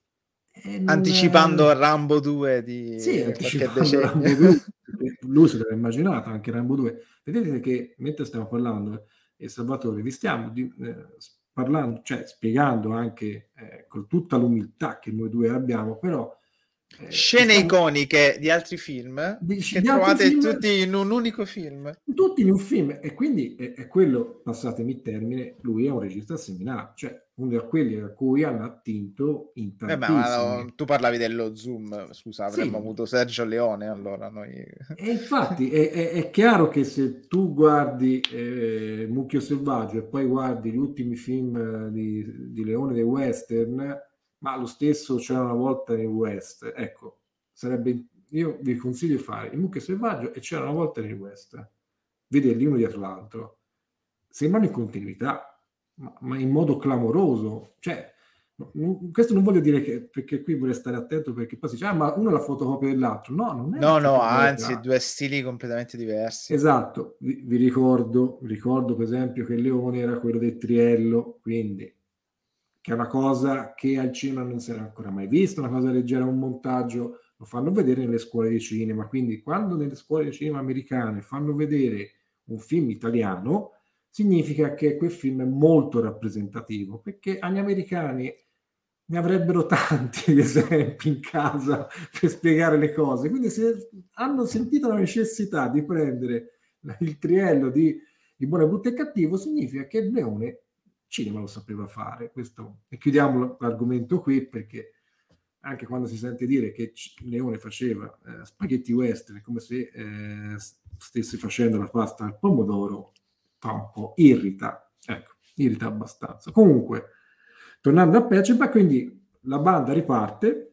Non... Anticipando Rambo due di sì, qualche decennio. Rambo due, lui se l'aveva immaginato anche Rambo due. Vedete che mentre stiamo parlando, e Salvatore, vi stiamo di, eh, parlando, cioè spiegando anche eh, con tutta l'umiltà che noi due abbiamo, però eh, scene stiamo... iconiche di altri film di, che di trovate film, tutti in un unico film. Tutti in un film, e quindi è, è quello, passatemi il termine, lui è un regista seminale, cioè uno di quelli a cui hanno attinto in tantissimi. Eh, ma tu parlavi dello zoom, scusa, avremmo sì. avuto Sergio Leone allora noi. E infatti è, è, è chiaro che se tu guardi eh, Mucchio Selvaggio e poi guardi gli ultimi film di, di Leone dei western, ma lo stesso C'era una volta nel West, ecco, sarebbe, io vi consiglio di fare il Mucchio Selvaggio e C'era una volta nel West, vederli uno dietro l'altro, sembrano in continuità, ma, ma in modo clamoroso, cioè questo non voglio dire che, perché qui vorrei stare attento, perché poi si dice ah, ma uno è la fotocopia dell'altro. No, non è no, no, anzi, due stili completamente diversi. Esatto, vi, vi ricordo, vi ricordo per esempio che Leone era quello del Triello, quindi che è una cosa che al cinema non si era ancora mai vista, una cosa leggera, un montaggio, lo fanno vedere nelle scuole di cinema, quindi quando nelle scuole di cinema americane fanno vedere un film italiano, significa che quel film è molto rappresentativo, perché agli americani ne avrebbero tanti di esempi in casa per spiegare le cose, quindi se hanno sentito la necessità di prendere il Triello di, di Buono, Brutto e Cattivo, significa che il Leone cinema lo sapeva fare. Questo, e chiudiamo l'argomento qui, perché anche quando si sente dire che Leone faceva eh, spaghetti western come se eh, stesse facendo la pasta al pomodoro, fa un po' irrita, ecco, irrita abbastanza. Comunque, tornando a Peceba, quindi la banda riparte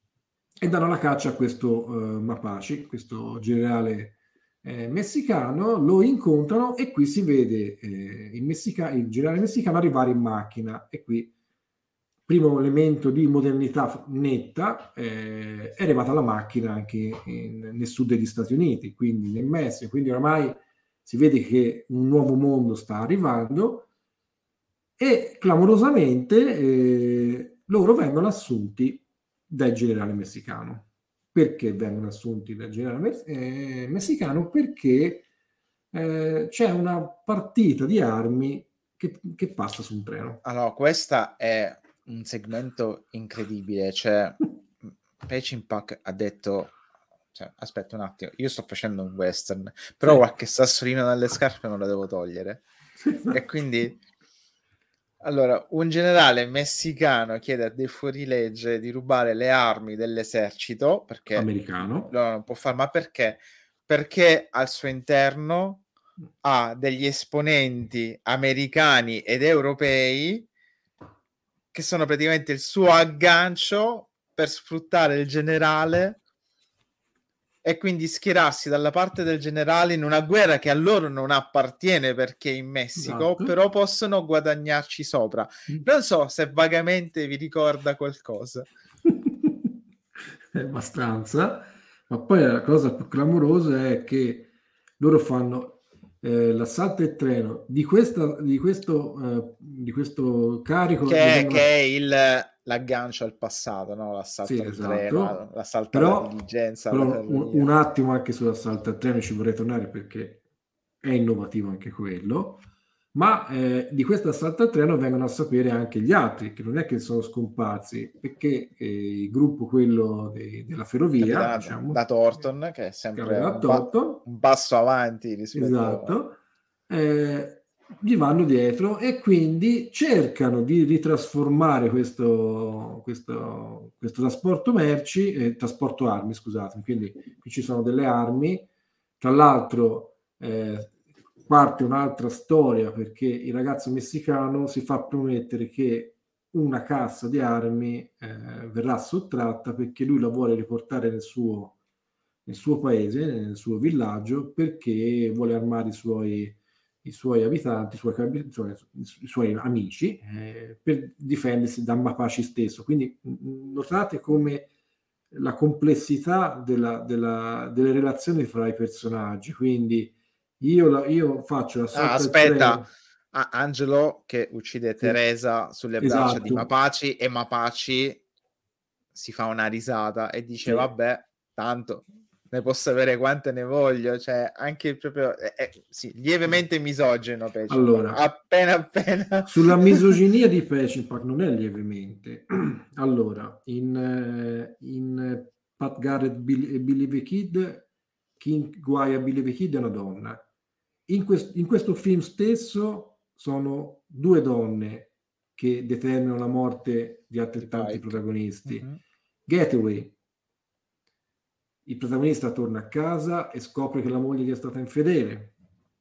e danno la caccia a questo uh, Mapache, questo generale eh, messicano, lo incontrano e qui si vede eh, il, messica- il generale messicano arrivare in macchina, e qui primo elemento di modernità netta eh, è arrivata la macchina anche in, nel sud degli Stati Uniti, quindi nel Messico, quindi oramai si vede che un nuovo mondo sta arrivando. e clamorosamente eh, loro vengono assunti dal generale messicano. Perché vengono assunti dal generale me- eh, messicano? Perché eh, c'è una partita di armi che, che passa su un treno. Allora, questa è un segmento incredibile, cioè Peckinpah ha detto, cioè, aspetta un attimo, io sto facendo un western, però Sì. qualche sassolino dalle scarpe non la devo togliere. E quindi, allora, un generale messicano chiede a dei fuorilegge di rubare le armi dell'esercito, perché Americano. no, non può fare, ma perché? Perché al suo interno ha degli esponenti americani ed europei che sono praticamente il suo aggancio per sfruttare il generale e quindi schierarsi dalla parte del generale in una guerra che a loro non appartiene perché è in Messico, Esatto. però possono guadagnarci sopra. Non so se vagamente vi ricorda qualcosa. Abbastanza, ma poi la cosa più clamorosa è che loro fanno eh, l'assalto al treno di, questa, di, questo, eh, di questo carico Che ne è, che vengono. è il, l'aggancio al passato, no? Sì, L'assalto al treno, esatto, l'assalto alla però, diligenza, alla però un, ferrovia. un attimo anche sull'assalto al treno ci vorrei tornare perché è innovativo anche quello, ma eh, di questo assalto al treno vengono a sapere anche gli altri, che non è che sono scomparsi, perché eh, il gruppo, quello de- della ferrovia, Capitano da diciamo, Thornton, che è che sempre aveva un, ba- Totten, un passo avanti rispetto. esatto, eh, gli vanno dietro e quindi cercano di ritrasformare questo, questo, questo trasporto merci, eh, trasporto armi, scusate, quindi qui ci sono delle armi, tra l'altro eh, parte un'altra storia perché il ragazzo messicano si fa promettere che una cassa di armi eh, verrà sottratta perché lui la vuole riportare nel suo, nel suo paese, nel suo villaggio, perché vuole armare i suoi, i suoi abitanti, i suoi, cioè, i suoi amici, eh, per difendersi da Mapaci stesso. Quindi notate come la complessità della, della, delle relazioni fra i personaggi. Quindi io, la, io faccio Ah, l'assalto al aspetta, treno. ah, Angelo che uccide Sì, Teresa sulle braccia di esatto. Mapaci e Mapaci si fa una risata e dice Sì. vabbè, tanto ne posso avere quante ne voglio, cioè anche proprio eh, eh, sì, lievemente misogino Peckinpah, Allora, appena appena sulla misoginia di Peckinpah non è lievemente. Allora, in, eh, in Pat Garrett Bill, e Billy the Kid, King Guai e Billy the Kid è una donna. In, quest, in questo film stesso sono due donne che determinano la morte di di altrettanti Pike. protagonisti. Mm-hmm. Getaway, il protagonista torna a casa e scopre che la moglie gli è stata infedele.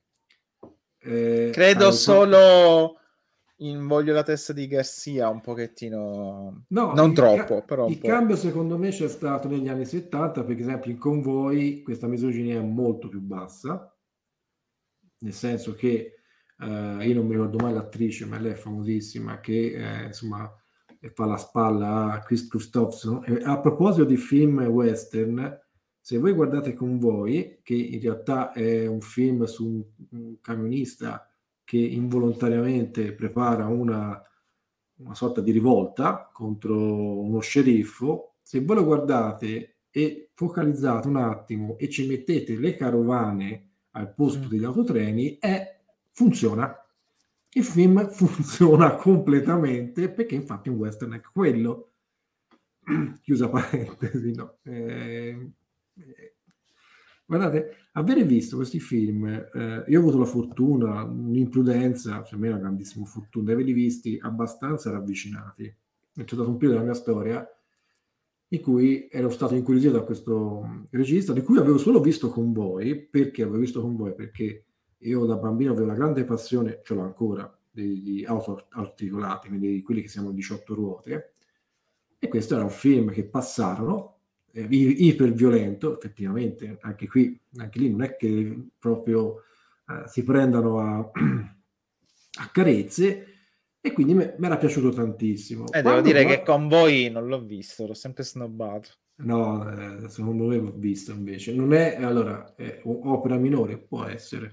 Eh, Credo Type, solo in Voglio la testa di Garcia un pochettino, no, non il, troppo, ca- però un il po'. cambio secondo me c'è stato negli anni settanta, per esempio in Convoi questa misoginia è molto più bassa, nel senso che eh, io non mi ricordo mai l'attrice, ma lei è famosissima, che eh, insomma fa la spalla a Chris Christopherson. E a proposito di film western, se voi guardate Convoi, che in realtà è un film su un, un camionista che involontariamente prepara una, una sorta di rivolta contro uno sceriffo, se voi lo guardate e focalizzate un attimo e ci mettete le carovane al posto Mm. degli autotreni, è, funziona. Il film funziona completamente perché infatti un western è quello. Chiusa parentesi, no. Eh, eh, guardate, avere visto questi film, eh, io ho avuto la fortuna, un'imprudenza, cioè a me è una grandissima fortuna, di averli visti abbastanza ravvicinati. C'è stato un periodo della mia storia in cui ero stato incuriosito da questo regista, di cui avevo solo visto Convoi. Perché avevo visto Convoi? Perché io da bambino avevo una grande passione, ce l'ho ancora, degli auto articolati, quindi quelli che si chiamano diciotto ruote, e questo era un film che passarono, eh, iper violento, effettivamente, anche qui, anche lì non è che proprio eh, si prendano a, a carezze, e quindi mi era piaciuto tantissimo. Eh, devo Quando dire che poi, con voi non l'ho visto, l'ho sempre snobbato. no, eh, secondo me l'ho visto invece, non è, allora, è opera minore, può essere,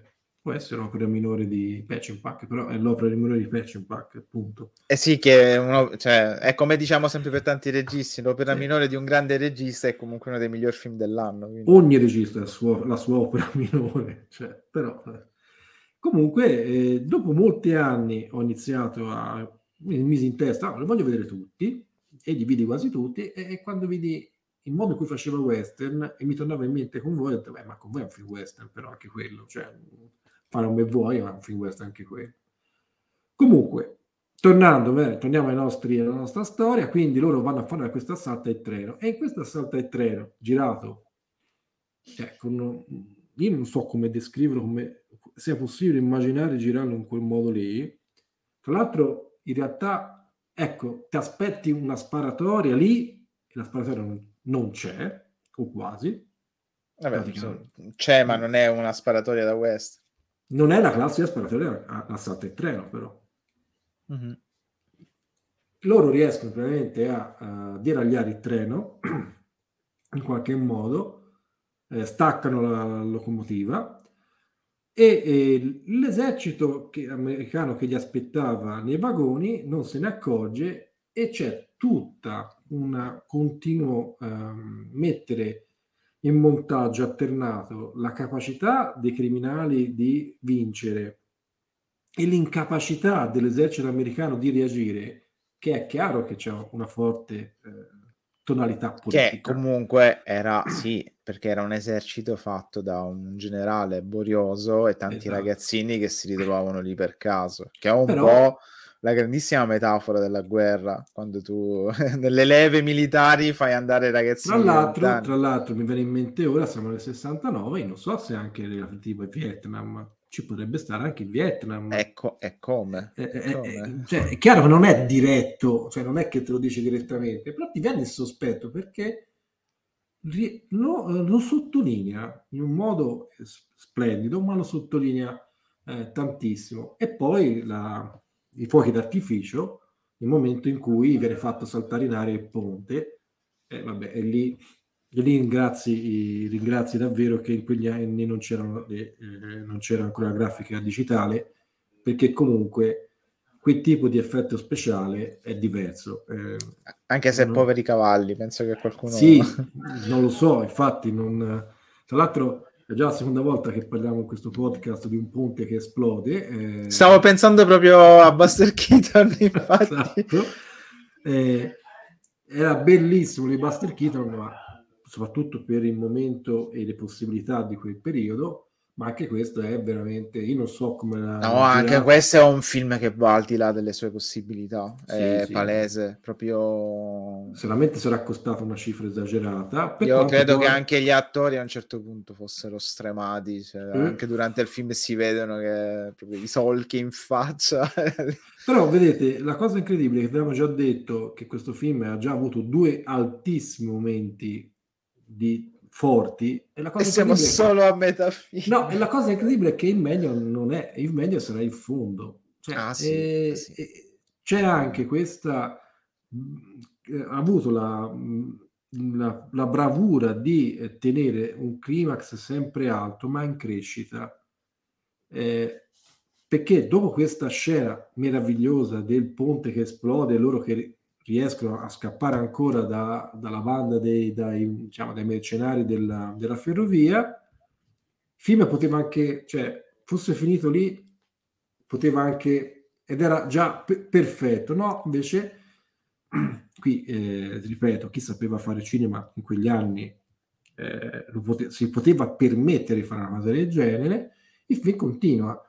può essere un'opera minore di Peckinpah, però è l'opera minore di Peckinpah, appunto. Eh sì, che uno, cioè, è come diciamo sempre per tanti registi, l'opera Eh. minore di un grande regista è comunque uno dei migliori film dell'anno. Quindi. Ogni regista ha la sua, la sua opera minore, cioè, però... Comunque, eh, dopo molti anni ho iniziato a... mi misi in testa, ah, lo voglio vedere tutti, e li vidi quasi tutti, e, e quando vidi il modo in cui faceva western, e mi tornava in mente con voi, ho detto, beh, ma con voi è un film western, però anche quello, cioè, fare un me vuoi, ma è un film western anche quello. Comunque, tornando, beh, torniamo ai nostri, alla nostra storia, quindi loro vanno a fare questo assalto al treno, e in questo assalto al treno, girato, cioè, con, io non so come descriverlo, come sia possibile immaginare girarlo in quel modo lì. Tra l'altro, in realtà, ecco, ti aspetti una sparatoria lì, e la sparatoria non, non c'è, o quasi. Vabbè, c'è, ma non è una sparatoria da west. Non è la classica sparatoria assalto al treno, però. Mm-hmm. Loro riescono veramente a, a deragliare il treno, in qualche modo, eh, staccano la locomotiva, e eh, l'esercito che, americano che li aspettava nei vagoni non se ne accorge, e c'è tutta una continuo ehm, mettere in montaggio alternato la capacità dei criminali di vincere e l'incapacità dell'esercito americano di reagire, che è chiaro che c'è una forte eh, tonalità politica. Che comunque era, sì, perché era un esercito fatto da un generale borioso e tanti esatto. ragazzini che si ritrovavano lì per caso, che è un Però, po' la grandissima metafora della guerra, quando tu nelle leve militari fai andare i ragazzini. Tra l'altro, tra l'altro mi viene in mente ora, siamo nel sessantanove, non so se anche tipo il Vietnam, ci potrebbe stare anche il Vietnam. Ecco, è come? È, è, come? È, cioè, è chiaro che non è diretto, cioè non è che te lo dice direttamente, però ti viene il sospetto perché lo, lo sottolinea in un modo splendido, ma lo sottolinea eh, tantissimo. E poi la, i fuochi d'artificio, il momento in cui viene fatto saltare in aria il ponte, e vabbè, e lì, e lì ringrazi, ringrazi davvero che in quegli anni non, c'erano le, eh, non c'era ancora la grafica digitale, perché comunque quel tipo di effetto speciale è diverso. Eh, Anche se non... poveri cavalli, penso che qualcuno... Sì, non lo so, infatti non... Tra l'altro è già la seconda volta che parliamo in questo podcast di un ponte che esplode. Eh... Stavo pensando proprio a Buster Keaton, infatti. Esatto. Eh, era bellissimo di Buster Keaton, ma soprattutto per il momento e le possibilità di quel periodo, ma anche questo è veramente, io non so come la, no, anche girato. Questo è un film che va al di là delle sue possibilità, sì, è sì, palese, proprio sicuramente sarà costato una cifra esagerata. Per io credo poi... che anche gli attori a un certo punto fossero stremati, cioè, eh. anche durante il film si vedono che proprio i solchi in faccia. Però vedete, la cosa incredibile è che abbiamo già detto che questo film ha già avuto due altissimi momenti di forti, e la cosa e siamo solo a metà film. No, e la cosa incredibile è che il meglio non è, il meglio sarà il fondo. Cioè, ah, sì, e, sì. E, c'è anche questa, mh, ha avuto la, mh, la, la bravura di tenere un climax sempre alto, ma in crescita. Eh, perché dopo questa scena meravigliosa del ponte che esplode, loro che riescono a scappare ancora da, dalla banda dei, dai, diciamo, dai mercenari della, della ferrovia, il film poteva anche, cioè, fosse finito lì, poteva anche, ed era già pe- perfetto, no? Invece, qui, eh, ripeto, chi sapeva fare cinema in quegli anni eh, lo pote- si poteva permettere di fare una cosa del genere. Il film continua,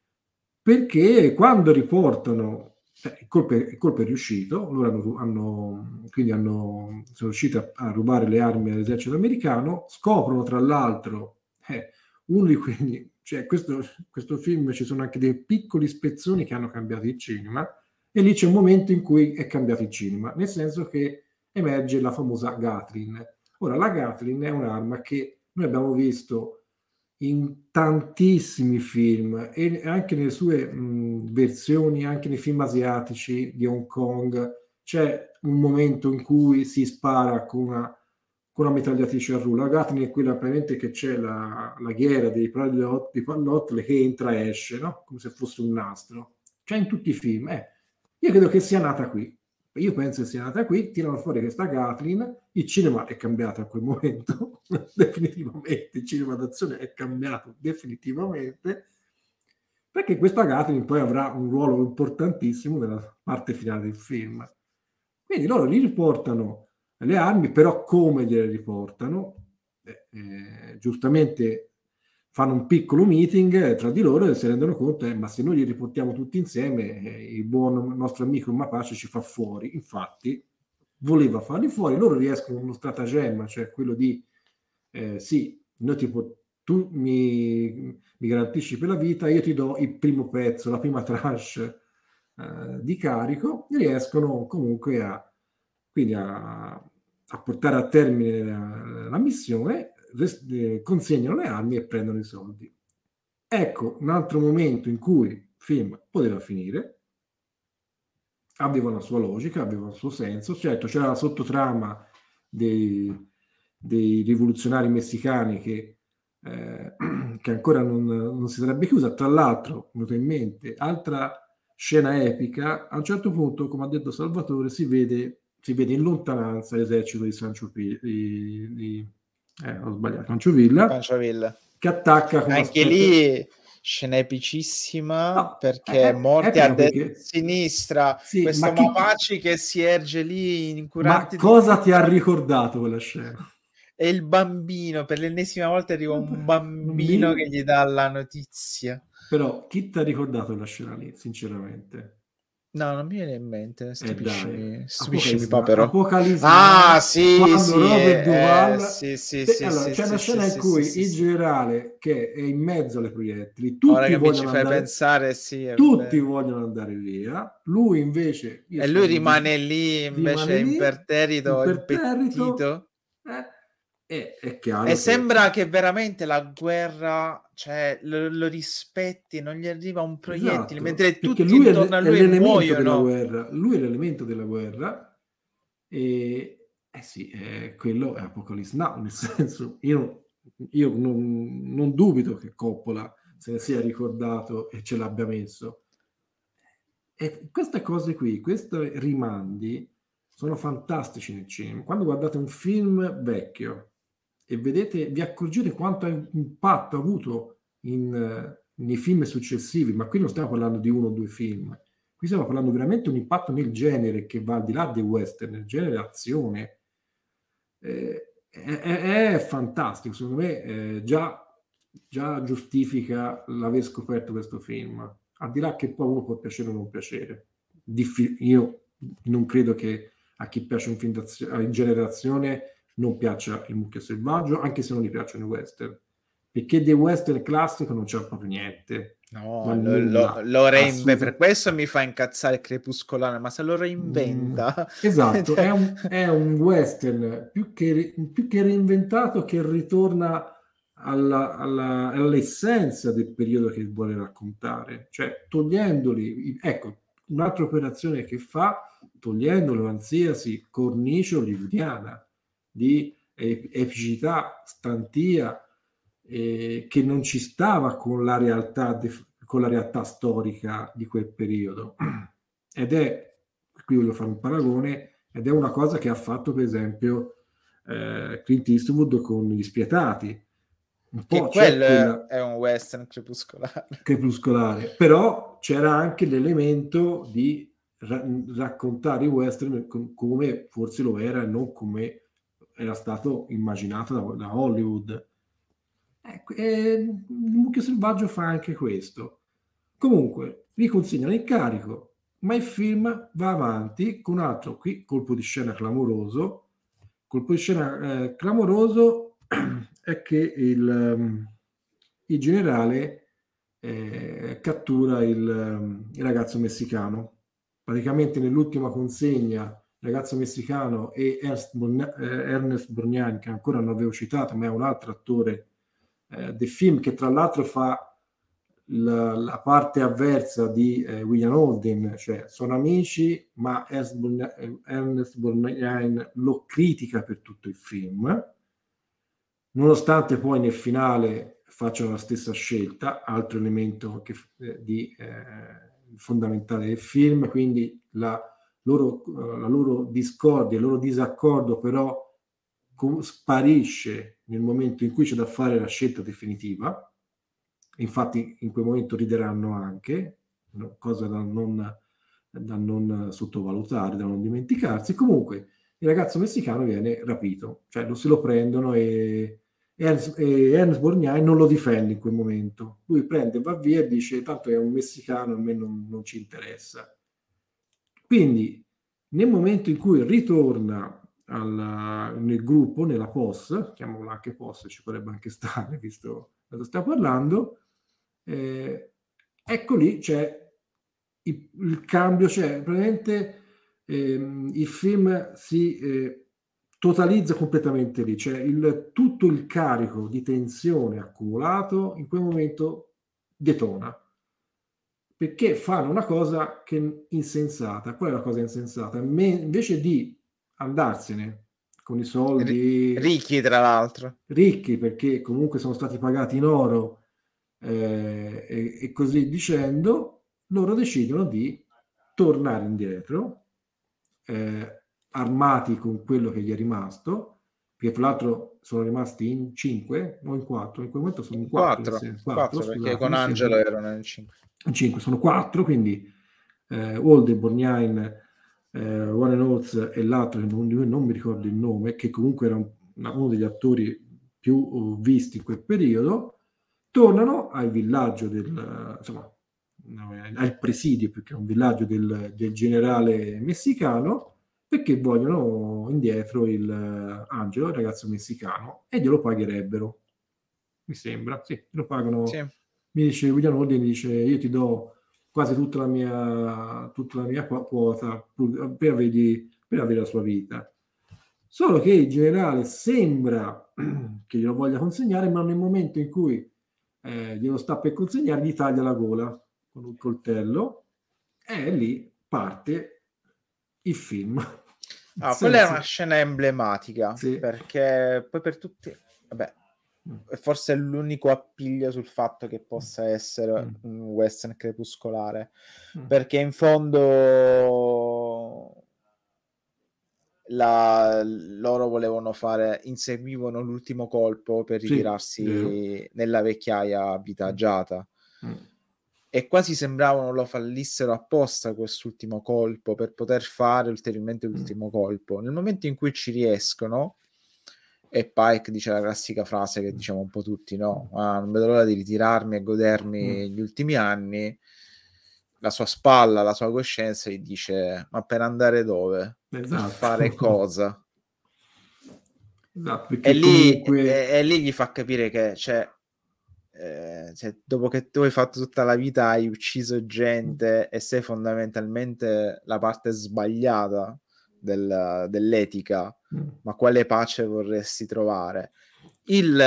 perché quando riportano eh, il, colpo è, il colpo è riuscito, loro hanno, hanno quindi hanno, sono riusciti a, a rubare le armi all'esercito americano, scoprono tra l'altro eh, uno di quelli, cioè questo, questo film ci sono anche dei piccoli spezzoni che hanno cambiato il cinema, e lì c'è un momento in cui è cambiato il cinema, nel senso che emerge la famosa Gatling. Ora, la Gatling è un'arma che noi abbiamo visto in tantissimi film, e anche nelle sue mh, versioni, anche nei film asiatici di Hong Kong, c'è un momento in cui si spara con una, con una mitragliatrice a rulla. La Gatling è quella praticamente che c'è la, la ghiera dei pallottole, pallottole che entra e esce, no? Come se fosse un nastro. C'è in tutti i film. Eh. Io credo che sia nata qui. Io penso che sia nata qui, tirano fuori questa Gatling, il cinema è cambiato a quel momento, definitivamente, il cinema d'azione è cambiato definitivamente, perché questa Gatling poi avrà un ruolo importantissimo nella parte finale del film. Quindi loro gli riportano le armi, però come gliele riportano? Eh, eh, giustamente fanno un piccolo meeting tra di loro e si rendono conto, eh, ma se noi li riportiamo tutti insieme, eh, il buon nostro amico Mapace ci fa fuori. Infatti voleva farli fuori, loro riescono uno stratagemma, cioè quello di eh, sì, noi tipo tu mi, mi garantisci per la vita, io ti do il primo pezzo, la prima tranche eh, di carico, e riescono comunque a quindi a, a portare a termine la, la missione, res, eh, consegnano le armi e prendono i soldi. Ecco un altro momento in cui il film poteva finire, aveva una sua logica, aveva un suo senso. Certo, c'era la sottotrama dei, dei rivoluzionari messicani che, eh, che ancora non, non si sarebbe chiusa. Tra l'altro, mi è venuto in mente, altra scena epica, a un certo punto, come ha detto Salvatore, si vede, si vede in lontananza l'esercito di Sancho Villa, di, di, eh, ho sbagliato, Pancho Villa, Pancho Villa, che attacca con anche aspetto... lì scena epicissima, no, perché è, morti a destra e a sinistra, sì, questo chi... Mapaci che si erge lì incurante. Ma cosa ti ha ricordato quella scena? E il bambino, per l'ennesima volta arriva un bambino che gli dà la notizia. Però chi ti ha ricordato la scena lì, sinceramente? No, non mi viene in mente, stupiscimi, eh, stupiscimi Papero. Apocalisse, ah, sì, quando sì, Robert eh, Duval... eh, sì, sì, Beh, sì, allora, sì, c'è sì, una sì, scena sì, in cui sì, il sì. generale, che è in mezzo alle proiettili, Ora tutti che mi ci vogliono fai andare, pensare, sì, è tutti vero. vogliono andare via, lui invece... Io E lui sono rimane di, lì, invece rimane lì, imperterrito, imperterrito, impettito. eh, e è chiaro E che... sembra che veramente la guerra, cioè, lo, lo rispetti, non gli arriva un proiettile, esatto, mentre perché tutti lui è, intorno a è lui l'elemento della muoiono. guerra, lui è l'elemento della guerra, e eh sì, eh, quello è Apocalypse Now, nel senso, io, io non, non dubito che Coppola se ne sia ricordato e ce l'abbia messo. E queste cose qui, questi rimandi sono fantastici nel cinema. Quando guardate un film vecchio e vedete, vi accorgete quanto impatto ha avuto in, nei film successivi, ma qui non stiamo parlando di uno o due film, qui stiamo parlando veramente di un impatto nel genere che va al di là dei western, nel genere azione. Eh, è, è, è fantastico, secondo me eh, già, già giustifica l'aver scoperto questo film. Al di là che poi uno può piacere o non piacere. Diffi- io non credo che a chi piace un film d'azione, in genere d'azione non piaccia il Mucchio Selvaggio, anche se non gli piacciono i western, perché dei western classico non c'è proprio niente. No, Ma lo, lo, nulla, lo reinventa, per assolutamente. questo mi fa incazzare il Crepuscolare, ma se lo reinventa... Mm, esatto, è un, è un western più che, più che reinventato, che ritorna alla, alla, all'essenza del periodo che vuole raccontare, cioè togliendoli, ecco, un'altra operazione che fa, togliendolo qualsiasi cornice hollywoodiana di epicità, stantia, eh, che non ci stava con la realtà, de, con la realtà storica di quel periodo. Ed è, qui voglio fare un paragone, ed è una cosa che ha fatto per esempio eh, Clint Eastwood con Gli Spietati. Un Che po' c'è quello quella è un western crepuscolare. crepuscolare, però c'era anche l'elemento di ra- raccontare i western com- come forse lo era e non come era stato immaginato da, da Hollywood. Ecco, e il Mucchio Selvaggio fa anche questo. Comunque, riconsegnano il carico, ma il film va avanti con un altro qui colpo di scena clamoroso. Colpo di scena eh, clamoroso è che il, um, il generale eh, cattura il, um, il ragazzo messicano. Praticamente nell'ultima consegna il ragazzo messicano e Ernst, Borgna- eh, Ernest Borgnine, che ancora non avevo citato, ma è un altro attore eh, del film, che tra l'altro fa la, la parte avversa di eh, William Holden, cioè sono amici, ma Ernest Borgnine, Ernest Borgnine lo critica per tutto il film, nonostante poi nel finale facciano la stessa scelta, altro elemento che, eh, di, eh, fondamentale del film, quindi la loro, la loro discordia, il loro disaccordo però com- sparisce nel momento in cui c'è da fare la scelta definitiva. Infatti in quel momento rideranno anche, no? Cosa da non, da non sottovalutare, da non dimenticarsi. Comunque il ragazzo messicano viene rapito, cioè lo se lo prendono e, e Ernst, e Ernest Borgnine non lo difende in quel momento. Lui prende, va via e dice tanto è un messicano, a me non, non ci interessa. Quindi nel momento in cui ritorna alla, nel gruppo, nella P O S, chiamiamola anche P O S, ci potrebbe anche stare, visto cosa stiamo parlando, eh, ecco lì c'è il, il cambio, cioè praticamente ehm, il film si eh, totalizza completamente lì, cioè il, tutto il carico di tensione accumulato in quel momento detona, perché fanno una cosa che è insensata. Qual è la cosa insensata? Me, invece di andarsene con i soldi ricchi tra l'altro, ricchi, perché comunque sono stati pagati in oro eh, e, e così dicendo, loro decidono di tornare indietro eh, armati con quello che gli è rimasto, perché tra l'altro sono rimasti in cinque, non in quattro, in quel momento sono in quattro, quattro, quattro, perché scusate, con Angelo erano in cinque. In cinque, sono quattro, quindi eh, Holden, Borgnine, eh, Warren Oates e l'altro, che non, non mi ricordo il nome, che comunque era un, uno degli attori più uh, visti in quel periodo, tornano al villaggio del, insomma, al presidio, perché è un villaggio del, del generale messicano, perché vogliono indietro il uh, Angelo, il ragazzo messicano, e glielo pagherebbero, mi sembra, sì, lo pagano. Sì. Mi dice William Holden, dice io ti do quasi tutta la mia, tutta la mia quota per, vedi, per avere la sua vita. Solo che il generale sembra che glielo voglia consegnare, ma nel momento in cui eh, glielo sta per consegnare gli taglia la gola con un coltello e lì parte il film. Ah, quella è una scena emblematica, sì. Perché poi per tutti, vabbè, mm. forse è l'unico appiglio sul fatto che possa essere mm. un western crepuscolare, mm. perché in fondo la, loro volevano fare, inseguivano l'ultimo colpo per ritirarsi sì, nella vecchiaia avvitaggiata. Mm. E quasi sembravano lo fallissero apposta quest'ultimo colpo per poter fare ulteriormente l'ultimo mm. colpo. Nel momento in cui ci riescono, e Pike dice la classica frase che diciamo un po' tutti, no? Ah, non vedo l'ora di ritirarmi e godermi mm. gli ultimi anni. La sua spalla, la sua coscienza gli dice: ma per andare dove? Esatto. Per fare cosa? Esatto, e, lì, comunque... e, e lì gli fa capire che cioè, eh, cioè, dopo che tu hai fatto tutta la vita, hai ucciso gente e sei fondamentalmente la parte sbagliata del, dell'etica, mm. ma quale pace vorresti trovare? Il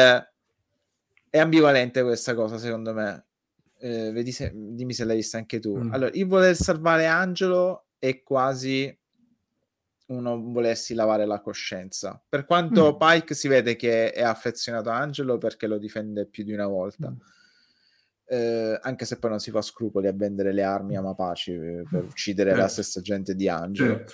è ambivalente questa cosa, secondo me. Eh, vedi se, dimmi se l'hai vista anche tu. Mm. Allora, il voler salvare Angelo è quasi uno volersi lavare la coscienza. Per quanto mm. Pike si vede che è affezionato a Angelo perché lo difende più di una volta. Mm. Eh, anche se poi non si fa scrupoli a vendere le armi a Mapaci per, per uccidere certo. la stessa gente di Angelo. Certo.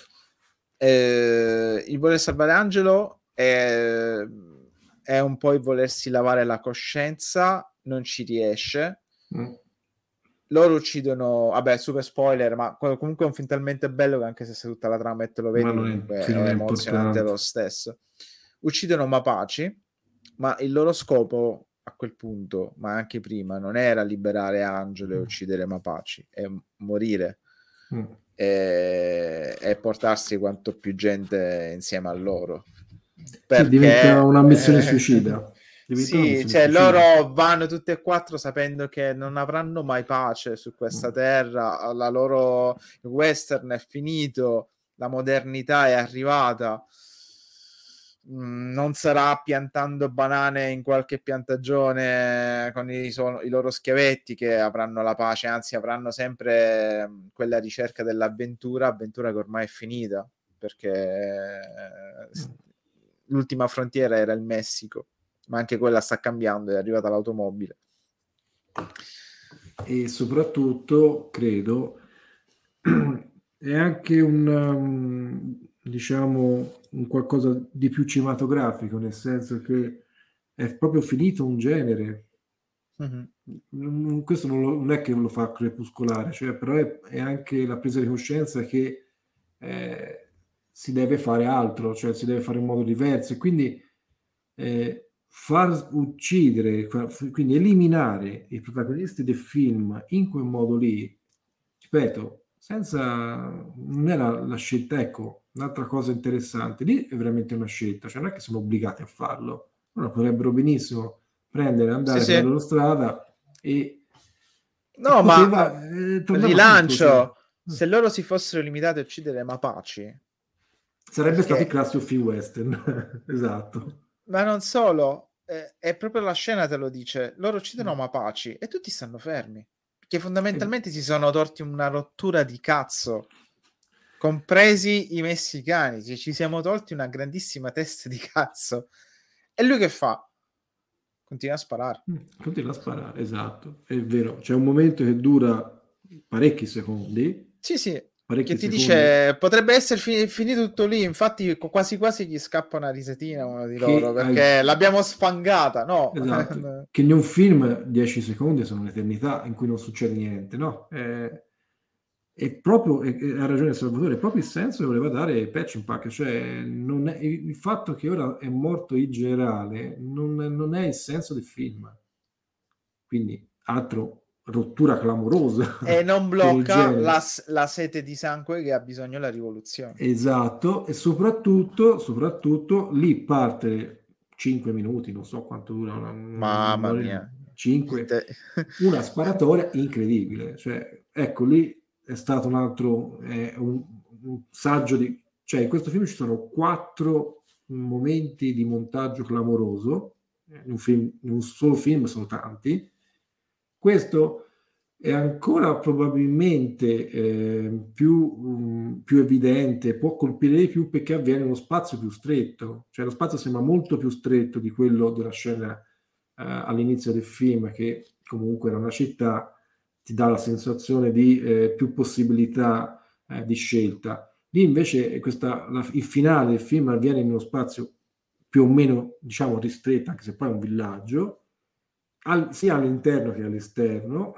Eh, il voler salvare Angelo è, è un po' il volersi lavare la coscienza, non ci riesce. Mm. Loro uccidono, vabbè, super spoiler, ma comunque è un film talmente bello che anche se sei tutta la trama e te lo vedi, comunque è, sì, è, è emozionante lo stesso. Uccidono Mapaci, ma il loro scopo a quel punto, ma anche prima, non era liberare Angelo e uccidere Mapaci, è morire mm. e, e portarsi quanto più gente insieme a loro. Perché sì, diventa una missione suicida. Sì, cioè loro vanno tutti e quattro sapendo che non avranno mai pace su questa terra, la loro western è finito, la modernità è arrivata. mh, non sarà piantando banane in qualche piantagione con i, so- i loro schiavetti che avranno la pace, anzi avranno sempre mh, quella ricerca dell'avventura, avventura che ormai è finita, perché eh, s- l'ultima frontiera era il Messico, ma anche quella sta cambiando, è arrivata l'automobile. E soprattutto, credo, è anche un, um, diciamo, un qualcosa di più cinematografico, nel senso che è proprio finito un genere. Mhm. Mm, Questo non, lo- non è che lo fa crepuscolare, cioè, però è, è anche la presa di coscienza che eh, si deve fare altro, cioè si deve fare in modo diverso. E quindi eh, far uccidere, quindi eliminare i protagonisti del film in quel modo lì, ripeto, senza, non era la scelta. Ecco, un'altra cosa interessante, lì è veramente una scelta, cioè non è che sono obbligati a farlo, loro potrebbero benissimo prendere, Sì, andare per la sì. loro strada e, e No, ma poteva, eh, tornava tutto, cioè. rilancio, se loro si fossero limitati a uccidere Mapaci, Sarebbe stato il perché classico film western. Esatto. ma non solo, eh, è proprio la scena te lo dice, loro uccidono Mapaci e tutti stanno fermi, perché E- fondamentalmente si sono torti una rottura di cazzo, compresi i messicani, cioè, ci siamo tolti una grandissima testa di cazzo. E lui che fa? Continua a sparare. Continua a sparare, esatto, è vero. C'è un momento che dura parecchi secondi, Sì, sì, che parecchi ti secondi, dice potrebbe essere fi- finito tutto lì, infatti qu- quasi quasi gli scappa una risatina a uno di loro che hai, perché l'abbiamo sfangata, no? esatto, che in un film dieci secondi sono un'eternità in cui non succede niente, no? Eh, è proprio, e- e ha ragione Salvatore, è proprio il senso che voleva dare Peckinpah, cioè non è, il il fatto che ora è morto il generale non, non è il senso del film. Quindi, altro rottura clamorosa E non per il blocca la, genere. s- la sete di sangue che ha bisogno la rivoluzione. Esatto, e soprattutto, soprattutto lì parte cinque minuti, non so quanto dura, una, Mamma mia. Il cinque, te- una sparatoria incredibile. Cioè, ecco, lì è stato un altro, è un, un saggio di. Cioè, in questo film ci sono quattro momenti di montaggio clamoroso, in un, film, in un solo film sono tanti. Questo è ancora probabilmente eh, più, um, più evidente, può colpire di più perché avviene in uno spazio più stretto, cioè lo spazio sembra molto più stretto di quello della scena eh, all'inizio del film, che comunque era una città, ti dà la sensazione di eh, più possibilità eh, di scelta. Lì invece questa, la, il finale del film avviene in uno spazio più o meno, diciamo, ristretto, anche se poi è un villaggio, al, sia all'interno che all'esterno,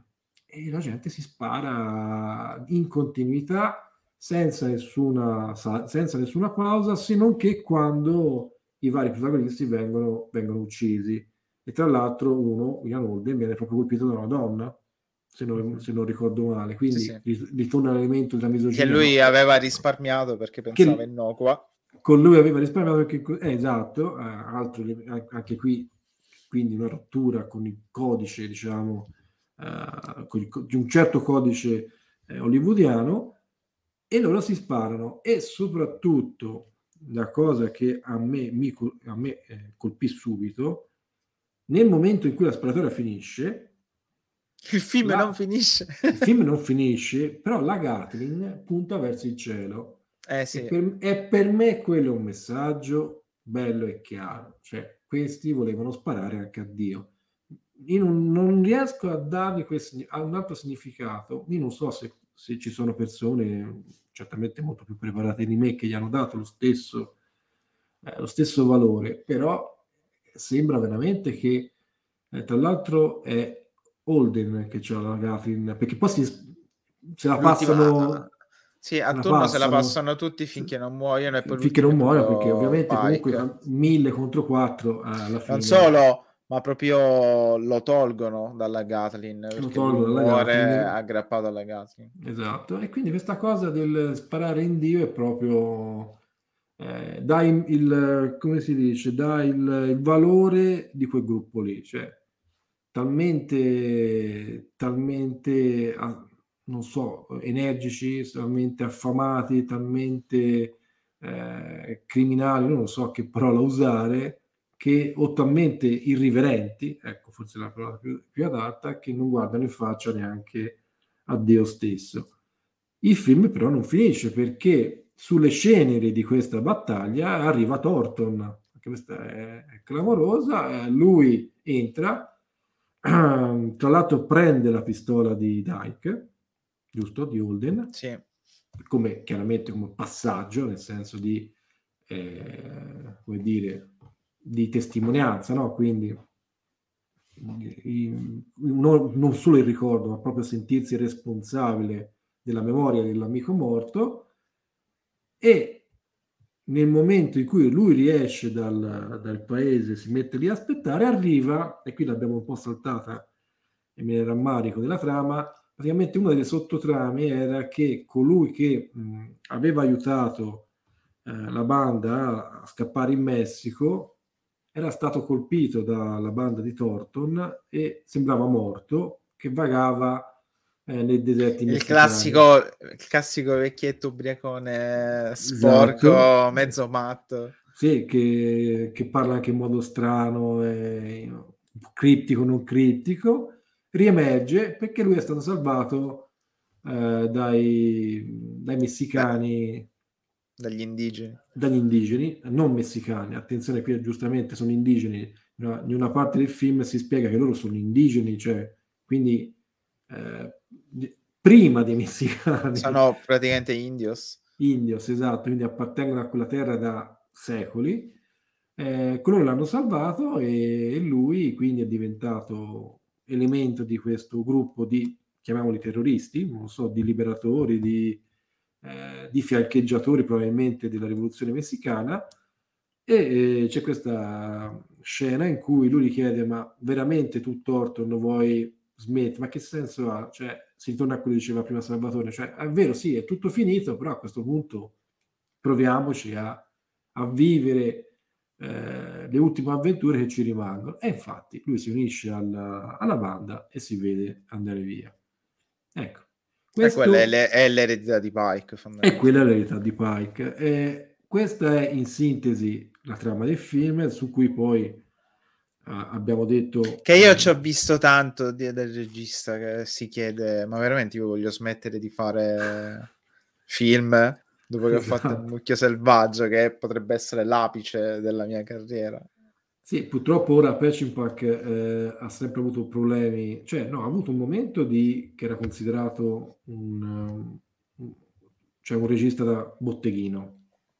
e la gente si spara in continuità senza nessuna, senza nessuna pausa, se non che quando i vari protagonisti vengono, vengono uccisi. E tra l'altro uno, Ian Holden, viene proprio colpito da una donna, se non, Mhm. se non ricordo male. Sì, Quindi sì. ritorna l'elemento della Che misoginia, lui no? aveva risparmiato perché pensava Che innocua. con lui aveva risparmiato perché, eh, esatto, eh, altro, anche qui, quindi una rottura con il codice, diciamo, eh, con il, di un certo codice eh, hollywoodiano, e loro si sparano. E soprattutto la cosa che a me, mi, a me eh, colpì subito, nel momento in cui la sparatoria finisce, Il film non la, finisce. il film non finisce, però la Gatling punta verso il cielo. Eh E sì. per, e per me quello è un messaggio bello e chiaro. Cioè, questi volevano sparare anche a Dio. Io non, non riesco a dargli questo, a un altro significato. Io non so se, se ci sono persone certamente molto più preparate di me che gli hanno dato lo stesso, eh, lo stesso valore, però sembra veramente che, eh, tra l'altro, è Holden che c'ha la Gatling, perché poi si, se la L'ultima... passano, Sì, se a la turno se la passano passano tutti finché non muoiono e poi finché l'ultimo non è muoia, perché proprio ovviamente comunque Pike. fa mille contro quattro alla Non fine solo, ma proprio lo tolgono dalla Gatling lo perché lui tolgono dalla muore Gatling. aggrappato alla Gatling. Esatto, e quindi questa cosa del sparare in Dio è proprio eh, dà il, il- come si dice, dà il, il valore di quel gruppo lì, cioè talmente, talmente, ah, non so, energici, talmente affamati, talmente eh, criminali, non so che parola usare, che o talmente irriverenti, ecco forse la parola più, più adatta, che non guardano in faccia neanche a Dio stesso. Il film però non finisce, perché sulle ceneri di questa battaglia arriva Thornton, anche questa è, è clamorosa, eh, lui entra, tra l'altro prende la pistola di Dyke, giusto, di Holden, Sì. come chiaramente come passaggio, nel senso di, eh, come dire, di testimonianza, no? Quindi i- non, non solo il ricordo, ma proprio sentirsi responsabile della memoria dell'amico morto. E nel momento in cui lui riesce dal, dal paese, si mette lì a aspettare, arriva, e qui l'abbiamo un po' saltata e me ne rammarico della trama, praticamente una delle sottotrame era che colui che mh, aveva aiutato eh, la banda a scappare in Messico era stato colpito dalla banda di Thornton e sembrava morto, che vagava eh, nei deserti Il messicani. classico, il classico vecchietto ubriacone sporco, Esatto. mezzo matto. Sì, che, che parla anche in modo strano, eh, criptico, non criptico, riemerge perché lui è stato salvato eh, dai, dai messicani, Dagli indigeni. dagli indigeni, non messicani. Attenzione, qui giustamente sono indigeni. In una, in una parte del film si spiega che loro sono indigeni, cioè quindi eh, prima dei messicani. Sono praticamente indios. Indios, esatto, quindi appartengono a quella terra da secoli. Eh, coloro l'hanno salvato e lui quindi è diventato elemento di questo gruppo di, chiamiamoli terroristi, non so, di liberatori, di, eh, di fiancheggiatori probabilmente della rivoluzione messicana. E eh, c'è questa scena in cui lui gli chiede: ma veramente tu Thornton vuoi smettere? Ma che senso ha? Cioè, si ritorna a quello che diceva prima Salvatore, cioè è vero, sì, è tutto finito, però a questo punto proviamoci a, a vivere eh, le ultime avventure che ci rimangono. E infatti lui si unisce alla, alla banda e si vede andare via. Ecco, E quella è, questo le- è l'eredità di Pike, è quella fondamentalmente. l'eredità di Pike. E questa è in sintesi la trama del film, su cui poi eh, abbiamo detto... Che io eh, ci ho visto tanto di- del regista che si chiede: ma veramente io voglio smettere di fare film dopo che ho fatto Il esatto. Mucchio Selvaggio, che potrebbe essere l'apice della mia carriera. Sì, purtroppo ora Peckinpah eh, ha sempre avuto problemi, cioè no, ha avuto un momento di, che era considerato un, um, un- cioè un regista da botteghino,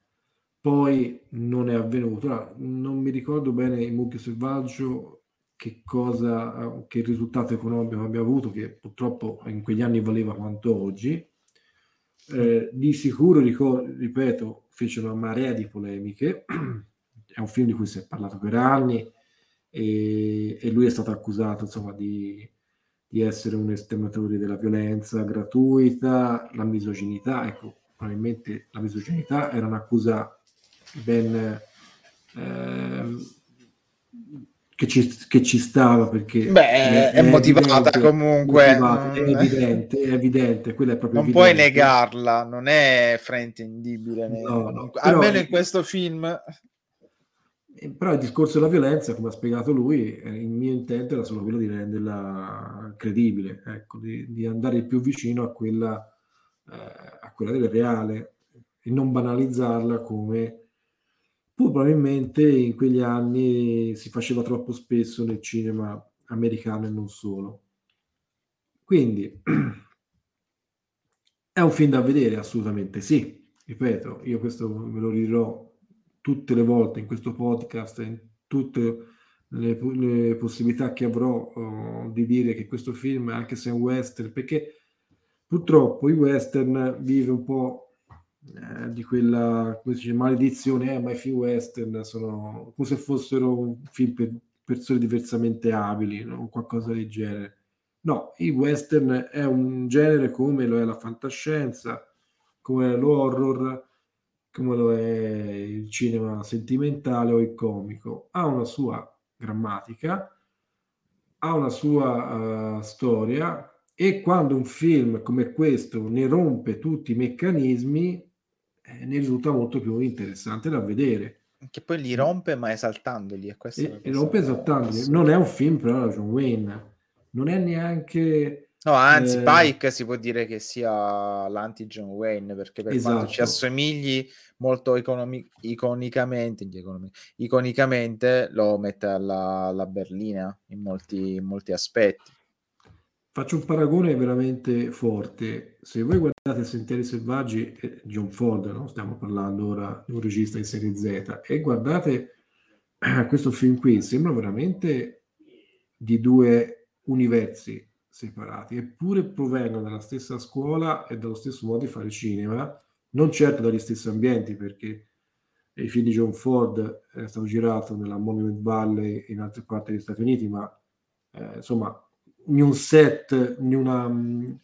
poi non è avvenuto. Ora, non mi ricordo bene in Mucchio Selvaggio che cosa, che risultato economico abbia avuto, che purtroppo in quegli anni valeva quanto oggi. Eh, di sicuro, ricor- ripeto, fece una marea di polemiche. È un film di cui si è parlato per anni e, e lui è stato accusato, insomma, di, di essere un estematore della violenza gratuita, la misoginità. Ecco, probabilmente la misoginità era un'accusa ben ehm, che ci, che ci stava, perché è, Beh, è è motivata evidente, comunque, motivata, è non, evidente, è evidente, quella è proprio non puoi evidente. negarla, non è fraintendibile, No, né- no, però almeno in questo film. Eh, Però il discorso della violenza, come ha spiegato lui, eh, il mio intento era solo quello di renderla credibile, ecco, di, di andare il più vicino a quella, eh, a quella del reale e non banalizzarla come pur probabilmente in quegli anni si faceva troppo spesso nel cinema americano e non solo. Quindi è un film da vedere, assolutamente sì. Ripeto, io questo me lo dirò tutte le volte in questo podcast, in tutte le, le possibilità che avrò uh, di dire che questo film, anche se è un western, perché purtroppo il western vive un po' eh, di quella, come si dice, maledizione, eh, ma i film western sono come se fossero un film per persone diversamente abili, no? Qualcosa del genere. No, il western è un genere come lo è la fantascienza, come è l'horror, come lo è il cinema sentimentale o il comico. Ha una sua grammatica, ha una sua uh, storia, e quando un film come questo ne rompe tutti i meccanismi, eh, ne risulta molto più interessante da vedere. Che poi li rompe ma esaltandoli, e questa è la E, e cosa rompe esaltandoli. Non assurda. è un film però da John Wayne, non è neanche... No, anzi, eh, Pike si può dire che sia l'anti-John Wayne, perché per quanto ci esatto. assomigli molto economi- iconicamente, economi- iconicamente, lo mette alla, alla berlina in molti, in molti aspetti. Faccio un paragone veramente forte. Se voi guardate Sentieri Selvaggi, eh, John Ford, no? Stiamo parlando ora di un regista di serie Z, e guardate eh, questo film qui, sembra veramente di due universi separati, eppure provengono dalla stessa scuola e dallo stesso modo di fare cinema, non certo dagli stessi ambienti, perché il film di John Ford è stato girato nella Monument Valley e in altre parti degli Stati Uniti, ma eh, insomma, in un set, in una, in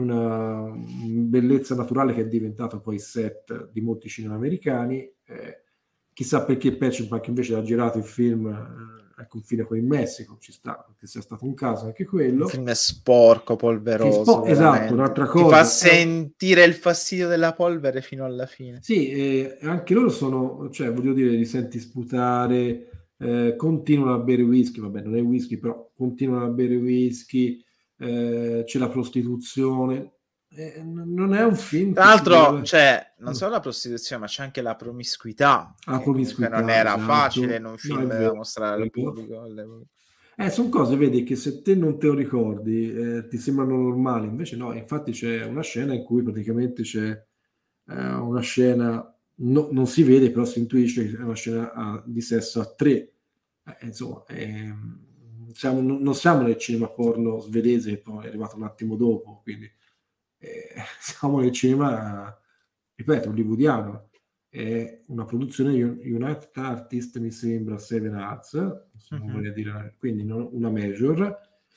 una bellezza naturale che è diventato poi set di molti cinema americani. Eh, chissà perché Peckinpah invece ha girato il film eh, al confine con il Messico, ci sta, che sia stato un caso anche Un quello. film sporco, Che polveroso, spo- esatto, veramente. un'altra Ti fa cosa. È- sentire il fastidio della polvere fino alla fine. Sì, eh, anche loro sono, cioè, voglio dire, li senti sputare, eh, continuano a bere whisky, vabbè, non è whisky, però continuano a bere whisky, eh, c'è la prostituzione. Eh, n- non è un film Tra che si l'altro, vuole... c'è non Mm. solo la prostituzione, ma c'è anche la promiscuità, La che comunque non promiscuità, era facile in esatto. un No, è film da vero. mostrare al pubblico all'epoca. Eh, sono cose, vedi, che se te non te lo ricordi, eh, ti sembrano normali, invece no, infatti c'è una scena in cui praticamente c'è eh, una scena, no- non si vede, però si intuisce che è una scena a- di sesso a tre. Eh, insomma, ehm, siamo- non non siamo nel cinema porno svedese, che poi è arrivato un attimo dopo, quindi eh, siamo nel cinema, ripeto, hollywoodiano. È una produzione United Artists, mi sembra, Seven Arts, se non Mhm. vorrei dire, quindi non una major,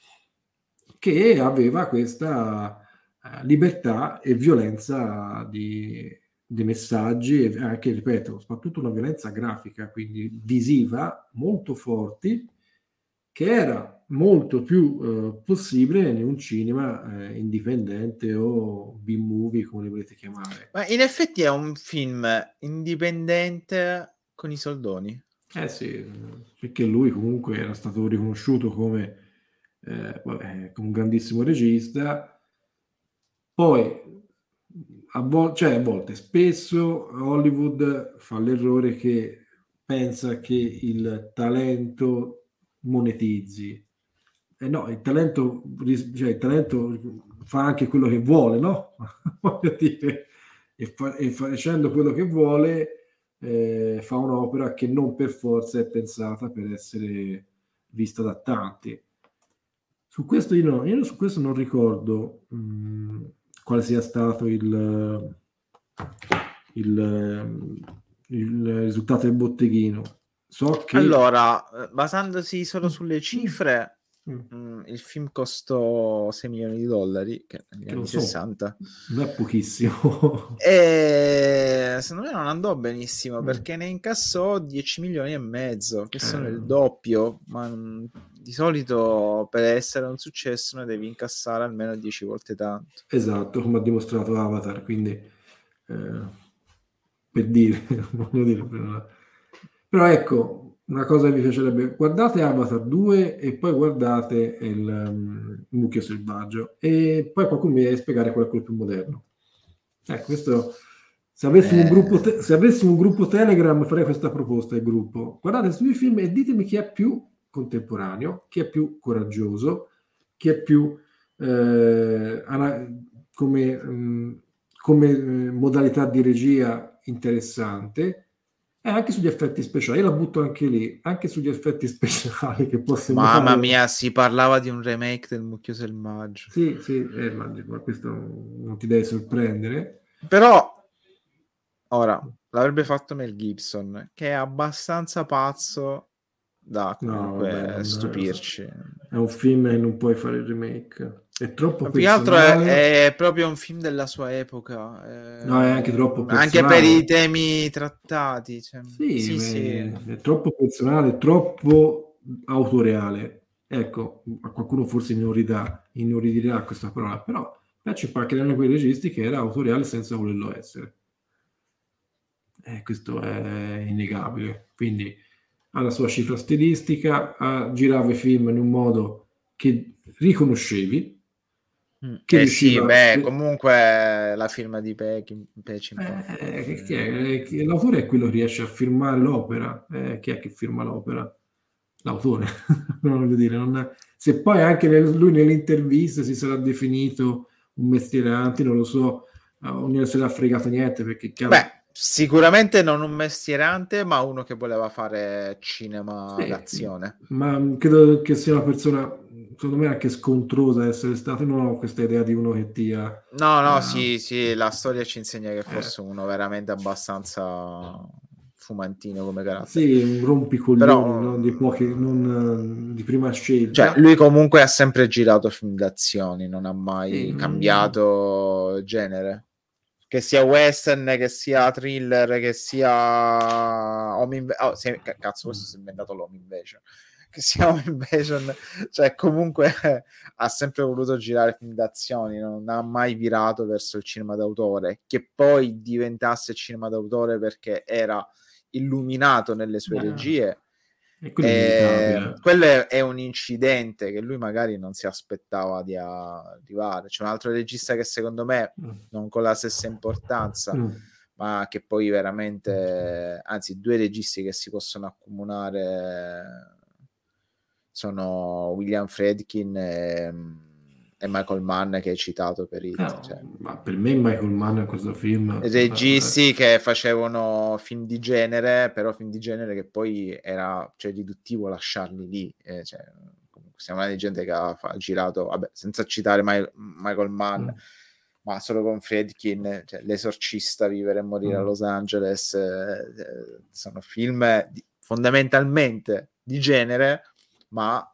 che aveva questa eh, libertà e violenza di, di messaggi, e anche, ripeto, soprattutto una violenza grafica, quindi visiva, molto forti, che era molto più eh, possibile in un cinema eh, indipendente o B-movie, come li volete chiamare. Ma in effetti è un film indipendente con i soldoni. Eh sì, perché lui comunque era stato riconosciuto come, eh, vabbè, come un grandissimo regista. Poi, a, vo- cioè, a volte, spesso Hollywood fa l'errore che pensa che il talento monetizzi. Eh no, il talento, ris- cioè, il talento fa anche quello che vuole, no? Voglio dire, e, fa- e facendo quello che vuole eh, fa un'opera che non per forza è pensata per essere vista da tanti. Su questo io, no- io su questo non ricordo mh, quale sia stato il, il, il risultato del botteghino. So che... Allora, eh, basandosi solo Mm, sulle mm, cifre, mm, mh, il film costò sei milioni di dollari, che negli che lo anni so, sessanta. non è pochissimo. E secondo me non andò benissimo, Mm. perché ne incassò dieci milioni e mezzo, che sono il Eh, doppio, ma mh, di solito per essere un successo ne devi incassare almeno dieci volte tanto. esatto, come ha dimostrato Avatar, quindi eh, per dire, voglio dire, per- però ecco, una cosa che mi piacerebbe, guardate Avatar due e poi guardate il, um, il Mucchio Selvaggio, e poi qualcuno mi deve spiegare qual è quello più moderno. Ecco, questo, se avessimo un gruppo, Eh, te- se avessimo un gruppo Telegram farei questa proposta al gruppo. Guardate questi due film e ditemi chi è più contemporaneo, chi è più coraggioso, chi è più eh, ana- come, mh, come eh, modalità di regia interessante, e anche sugli effetti speciali. Io la butto anche lì, anche sugli effetti speciali, che può mamma sembrare... mia, si parlava di un remake del Mucchio Selvaggio. Sì, sì, eh, ma ma questo non ti deve sorprendere. Però, ora, l'avrebbe fatto Mel Gibson, che è abbastanza pazzo da No, vabbè, comunque non, stupirci. è un film e non puoi fare il remake. È troppo Ma più che altro personale. è, è proprio un film della sua epoca, No, è anche eh, troppo anche per i personale. temi trattati. Cioè, Sì, sì, sì. è, è troppo personale, troppo autoriale. Ecco, a qualcuno forse inorridà, inorridirà questa parola, però Patch Parker era uno di quei registi che era autoriale senza volerlo essere. eh, questo è innegabile. Quindi ha la sua cifra stilistica, ha, girava i film in un modo che riconoscevi, che Eh sì, riusciva... beh, comunque la firma di Pekin, Peckinpah. Eh, che, che è, che l'autore è quello che riesce a firmare l'opera. Eh, chi è che firma l'opera? L'autore. Non voglio dire, non... Se poi anche nel, lui nelle interviste si sarà definito un mestierante, non lo so, uh, non se l'ha fregato niente, perché chiaro... Beh, sicuramente non un mestierante, ma uno che voleva fare cinema Sì, d'azione. ma credo che sia una persona, secondo me, anche scontrosa essere stato. Non ho questa idea di uno che ti ha... No, no, Uh, sì, sì, la storia ci insegna che eh, fosse uno veramente abbastanza fumantino come carattere. sì, un rompicoglioni, Però, no? Di pochi, non uh, di prima cioè, scelta. lui comunque ha sempre girato film d'azioni, non ha mai Sì, cambiato genere. Che sia western, che sia thriller, che sia home inv- oh, sì, c- cazzo, questo si è inventato l'home invasion. Che sia home invasion, cioè comunque ha sempre voluto girare film d'azioni, non ha mai virato verso il cinema d'autore, che poi diventasse cinema d'autore perché era illuminato nelle sue regie. E quello è Eh, inevitabile. quello è, è un incidente che lui magari non si aspettava di arrivare. C'è un altro regista che secondo me non con la stessa importanza, Mm. ma che poi veramente, anzi, due registi che si possono accomunare sono William Friedkin e, e Michael Mann, che hai citato per It. Eh, Cioè, ma per me Michael Mann in questo film... registi che facevano film di genere, però film di genere che poi era, cioè, riduttivo lasciarli lì. Eh, cioè, stiamo parlando di gente che ha, ha girato, vabbè, senza citare My, Michael Mann, mm. ma solo con Friedkin, cioè, L'esorcista, Vivere e morire mm. a Los Angeles, eh, eh, sono film di, fondamentalmente di genere, ma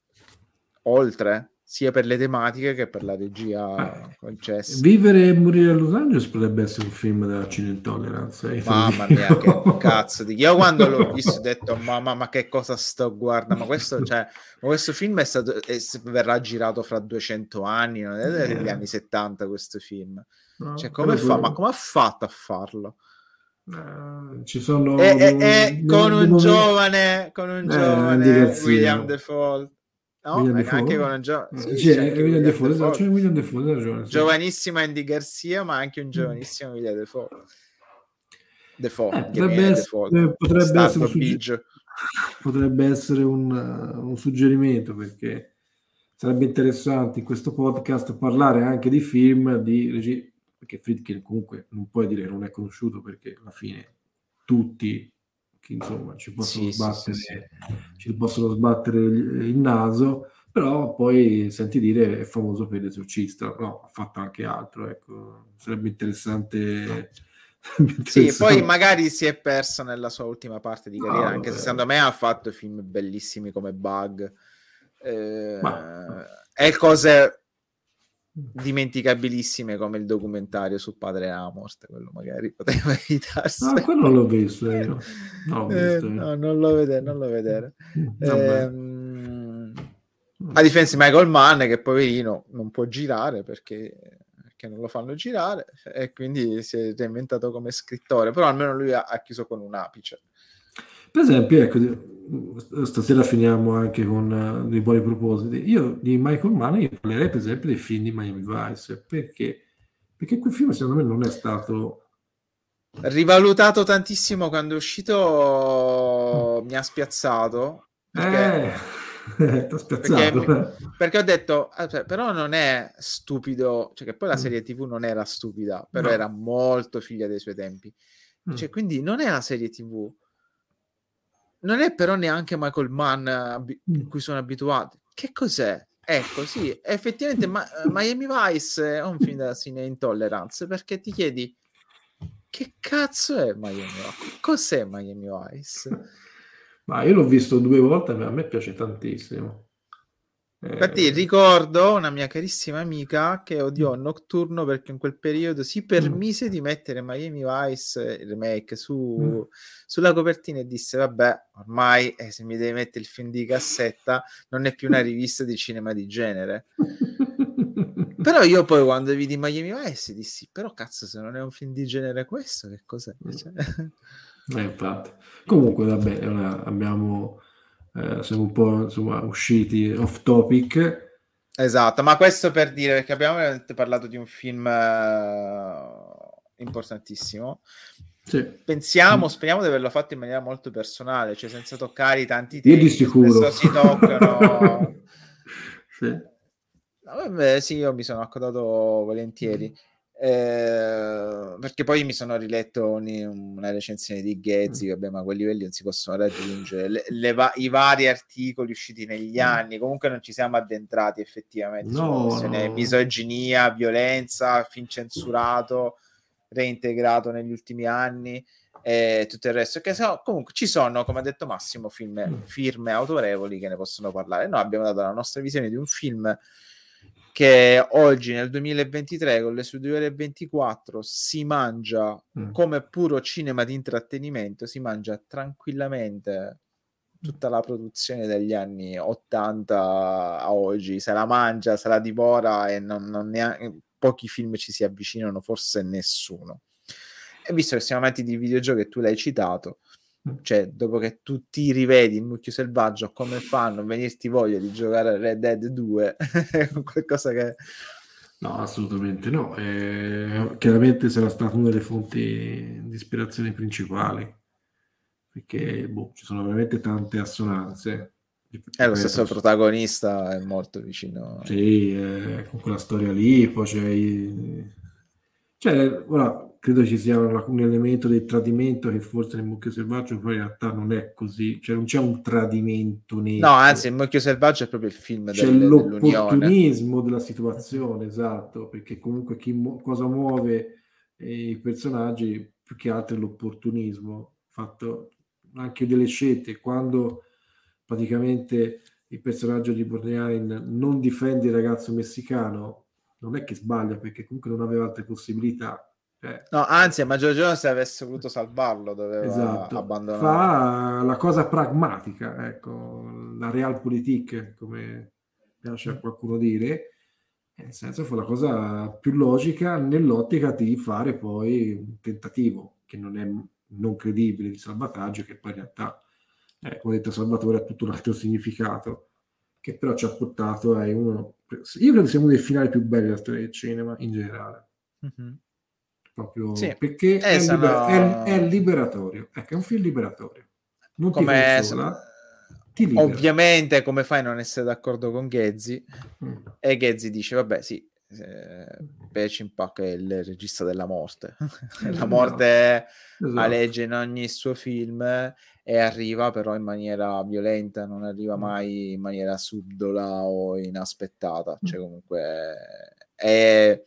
oltre, sia per le tematiche che per la regia concessa. Vivere e morire a Los Angeles potrebbe essere un film della cineintoleranza. Eh, Mamma mia, che cazzo di... Io quando l'ho visto ho detto, mamma, ma che cosa sto guardando? Ma questo, cioè, ma questo film è stato, è, verrà girato fra duecento anni, non è degli anni settanta questo film. No, cioè, come fa? Ma come ha fatto a farlo? Uh, ci sono... E, e, e con un momenti... giovane, con un eh, giovane William Dafoe. No, William anche Dafoe. con un giovane, sì, sì, c'è anche William, William Dafoe, Dafoe. C'è William Dafoe, ragione, sì. Giovanissima Andy Garcia, ma anche un giovanissimo William Dafoe. Default, eh, potrebbe, essere, potrebbe, essere un sugge- potrebbe essere un, uh, un suggerimento, perché sarebbe interessante in questo podcast parlare anche di film di regi- perché Friedkin comunque non puoi dire che non è conosciuto, perché alla fine tutti che insomma ci possono sì, sbattere sì, sì, sì. ci possono sbattere il naso, però poi senti dire è famoso per L'esorcista. No, ha fatto anche altro, ecco. Sarebbe interessante. Sì, poi magari si è perso nella sua ultima parte di carriera, no, anche se secondo me ha fatto film bellissimi come Bug eh, Ma... e cose dimenticabilissime come il documentario su Padre Amorth, quello magari poteva evitarsi. No, quello non l'ho visto io. No, eh, visto io. no, non lo vedere, non lo vedere. Eh, a difesa di Michael Mann, che poverino non può girare perché che non lo fanno girare, e quindi si è reinventato come scrittore, però almeno lui ha, ha chiuso con un apice. Per esempio, ecco, stasera finiamo anche con uh, dei buoni propositi. Io di Michael Mann io parlerei per esempio dei film di Miami Vice, perché perché quel film secondo me non è stato rivalutato tantissimo quando è uscito, mm. mi ha spiazzato perché eh. Perché, perché ho detto però non è stupido, cioè che poi la serie tv non era stupida, però no. era molto figlia dei suoi tempi, cioè, quindi non è la serie tv, non è però neanche Michael Mann a cui sono abituati. Che cos'è? Ecco, sì, effettivamente ma- Miami Vice è un film da cine intolerance, perché ti chiedi che cazzo è Miami Vice? Cos'è Miami Vice? Ma io l'ho visto due volte, a me piace tantissimo. Infatti ricordo una mia carissima amica che odiò Nocturno perché in quel periodo si permise mm. di mettere Miami Vice, il remake, su, mm. sulla copertina e disse vabbè, ormai eh, se mi devi mettere il film di cassetta non è più una rivista di cinema di genere. Però io poi quando vidi Miami Vice dissi, però cazzo, se non è un film di genere questo, che cos'è? Cioè... Eh, infatti. Comunque, vabbè, è una- abbiamo, eh, siamo un po' insomma, usciti off topic. Esatto, ma questo per dire, perché abbiamo veramente parlato di un film uh, importantissimo. Sì. Pensiamo, speriamo di averlo fatto in maniera molto personale, cioè senza toccare i tanti Io temi di che sicuro. spesso si toccano. Sì. No, vabbè, sì, io mi sono accodato volentieri. Eh, perché poi mi sono riletto un, una recensione di Ghezzi, vabbè, ma a quei livelli non si possono raggiungere le, le va- i vari articoli usciti negli anni, comunque non ci siamo addentrati effettivamente No, sulla questione no. misoginia, violenza, film censurato, reintegrato negli ultimi anni e tutto il resto, che so, comunque ci sono, come ha detto Massimo, film, firme autorevoli che ne possono parlare. Noi abbiamo dato la nostra visione di un film che oggi nel duemilaventitré con le sue due ore e ventiquattro si mangia mm. come puro cinema di intrattenimento, si mangia tranquillamente tutta la produzione degli anni ottanta a oggi, se la mangia, se la divora e non, non neanche, pochi film ci si avvicinano, forse nessuno. E visto che siamo amanti di videogiochi e tu l'hai citato, cioè dopo che tu ti rivedi il Mucchio Selvaggio, come fanno a venirti voglia di giocare a Red Dead due? Qualcosa che... No, assolutamente no. Eh, chiaramente sarà stata una delle fonti di ispirazione principali, perché boh, ci sono veramente tante assonanze. È lo stesso protagonista, è molto vicino. Sì, eh, con quella storia lì, poi c'è... I... Cioè, ora, credo ci sia un, un elemento del tradimento che forse nel Mucchio Selvaggio poi in realtà non è così, cioè non c'è un tradimento netto. No, anzi, il Mucchio Selvaggio è proprio il film c'è del, l'opportunismo della situazione, esatto, perché comunque chi mu- cosa muove eh, i personaggi più che altro è l'opportunismo, fatto anche delle scelte, quando praticamente il personaggio di Borgnine non difende il ragazzo messicano, non è che sbaglia, perché comunque non aveva altre possibilità. Eh, no, anzi, a maggior ragione se avesse voluto salvarlo doveva esatto. abbandonare. Fa la cosa pragmatica, ecco, la realpolitik, come piace a qualcuno dire, nel senso fa la cosa più logica nell'ottica di fare poi un tentativo che non è non credibile di salvataggio, che poi in realtà, eh, come ho detto, Salvatore ha tutto un altro significato, che però ci ha portato a uno, io credo sia uno dei finali più belli della storia del cinema in generale. Mm-hmm. Proprio sì, perché è, sono... liber- è, è liberatorio, ecco, è un film liberatorio, non come ti consola, ti libera. Ovviamente come fai a non essere d'accordo con Ghezzi? Mm. E Ghezzi dice vabbè sì, eh, Peckinpah è il regista della morte, la morte esatto. aleggia in ogni suo film e arriva però in maniera violenta, non arriva mai in maniera subdola o inaspettata, cioè comunque è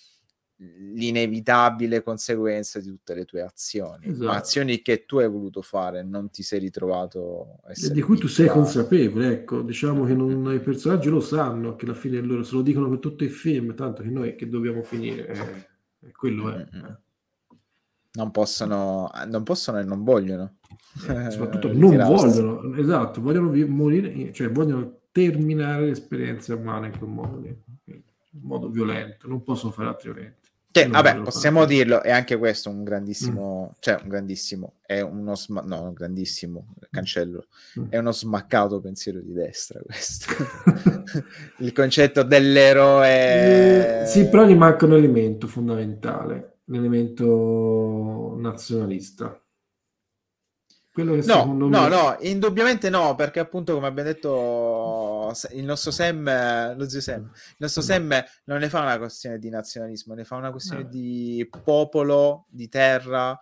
l'inevitabile conseguenza di tutte le tue azioni, esatto. ma azioni che tu hai voluto fare, non ti sei ritrovato e di cui tu sei consapevole, ecco, diciamo che non, i personaggi lo sanno, che alla fine loro se lo dicono per tutto il film, tanto che noi che dobbiamo finire, eh, quello è. Mm-hmm. Non possono, non possono e non vogliono. Eh, soprattutto non vogliono, esatto, vogliono morire, cioè vogliono terminare l'esperienza umana in quel modo lì, in modo violento, non possono fare altri eventi. Che, vabbè, possiamo fare. dirlo, è anche questo un grandissimo, mm. cioè un grandissimo, è uno sma- no, un grandissimo, cancello, mm. è uno smaccato pensiero di destra questo. Il concetto dell'eroe... Eh, sì, però gli manca un elemento fondamentale, l'elemento nazionalista. Quello che no, no, me... no, indubbiamente no, perché appunto come abbiamo detto il nostro Sam, lo zio Sam, il nostro Sam non ne fa una questione di nazionalismo, ne fa una questione no. di popolo, di terra,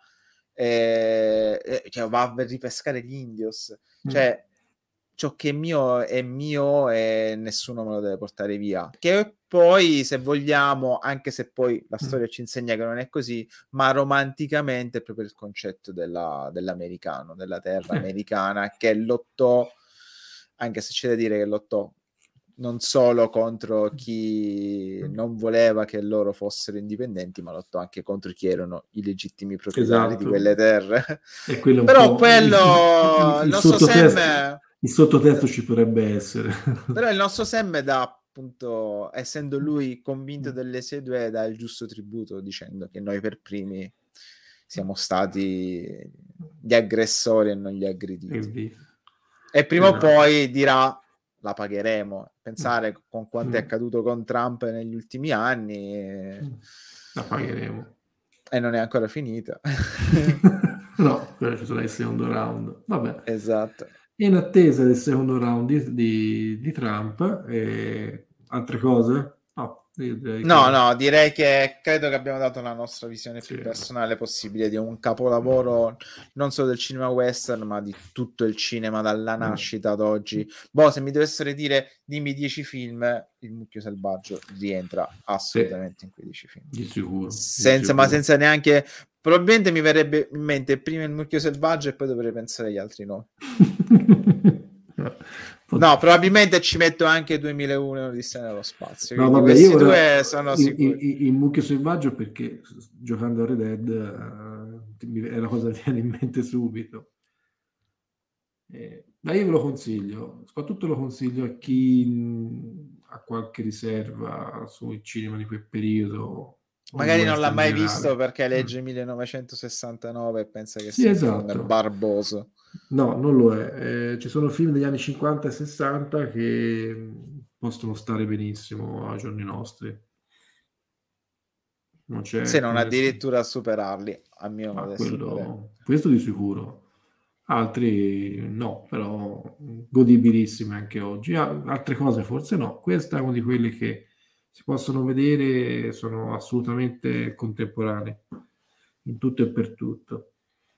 eh, cioè va a ripescare gli indios, cioè mm. ciò che è mio è mio e nessuno me lo deve portare via, che poi se vogliamo, anche se poi la storia mm. ci insegna che non è così, ma romanticamente è proprio il concetto della, dell'americano, della terra eh. americana, che lottò, anche se c'è da dire che lottò non solo contro chi non voleva che loro fossero indipendenti, ma lottò anche contro chi erano i legittimi proprietari esatto. di quelle terre. E quello però quello il, il, il, il nostro sottotesto, Sam il sottotesto ci potrebbe essere. Però il nostro Sam dà appunto, essendo lui convinto delle sedue, dà il giusto tributo dicendo che noi per primi siamo stati gli aggressori e non gli aggrediti. E prima o poi dirà la pagheremo. Pensare con quanto è accaduto con Trump negli ultimi anni e... la pagheremo. E non è ancora finita. No, ci sarà il secondo round. Vabbè. Esatto. In attesa del secondo round di, di, di Trump, eh, altre cose? No, io direi no, che... no, direi che credo che abbiamo dato la nostra visione più sì. personale possibile di un capolavoro non solo del cinema western, ma di tutto il cinema dalla nascita ad oggi. Boh, se mi dovessero dire dimmi dieci film, Il Mucchio Selvaggio rientra assolutamente sì. in quei dieci film. Di sicuro. Senza, di sicuro. Ma senza neanche... Probabilmente mi verrebbe in mente prima Il Mucchio Selvaggio e poi dovrei pensare agli altri no. No, probabilmente ci metto anche duemilauno Odissea nello spazio. No, vabbè, questi io due sono sicuri. Il, il, il Mucchio Selvaggio perché giocando a Red Dead uh, è una cosa che viene in mente subito. Eh, ma io ve lo consiglio, soprattutto lo consiglio a chi mh, ha qualche riserva sul cinema di quel periodo. Magari non l'ha mai visto perché legge mm. millenovecentosessantanove e pensa che sì, sia esatto. un film barboso. No, non lo è. Eh, ci sono film degli anni cinquanta e sessanta che possono stare benissimo ai giorni nostri. Non c'è, se non addirittura a superarli, a mio ah, modesto quello, questo di sicuro. Altri no, però godibilissime anche oggi. Altre cose forse no. Questa è una di quelle che si possono vedere, sono assolutamente contemporanei in tutto e per tutto.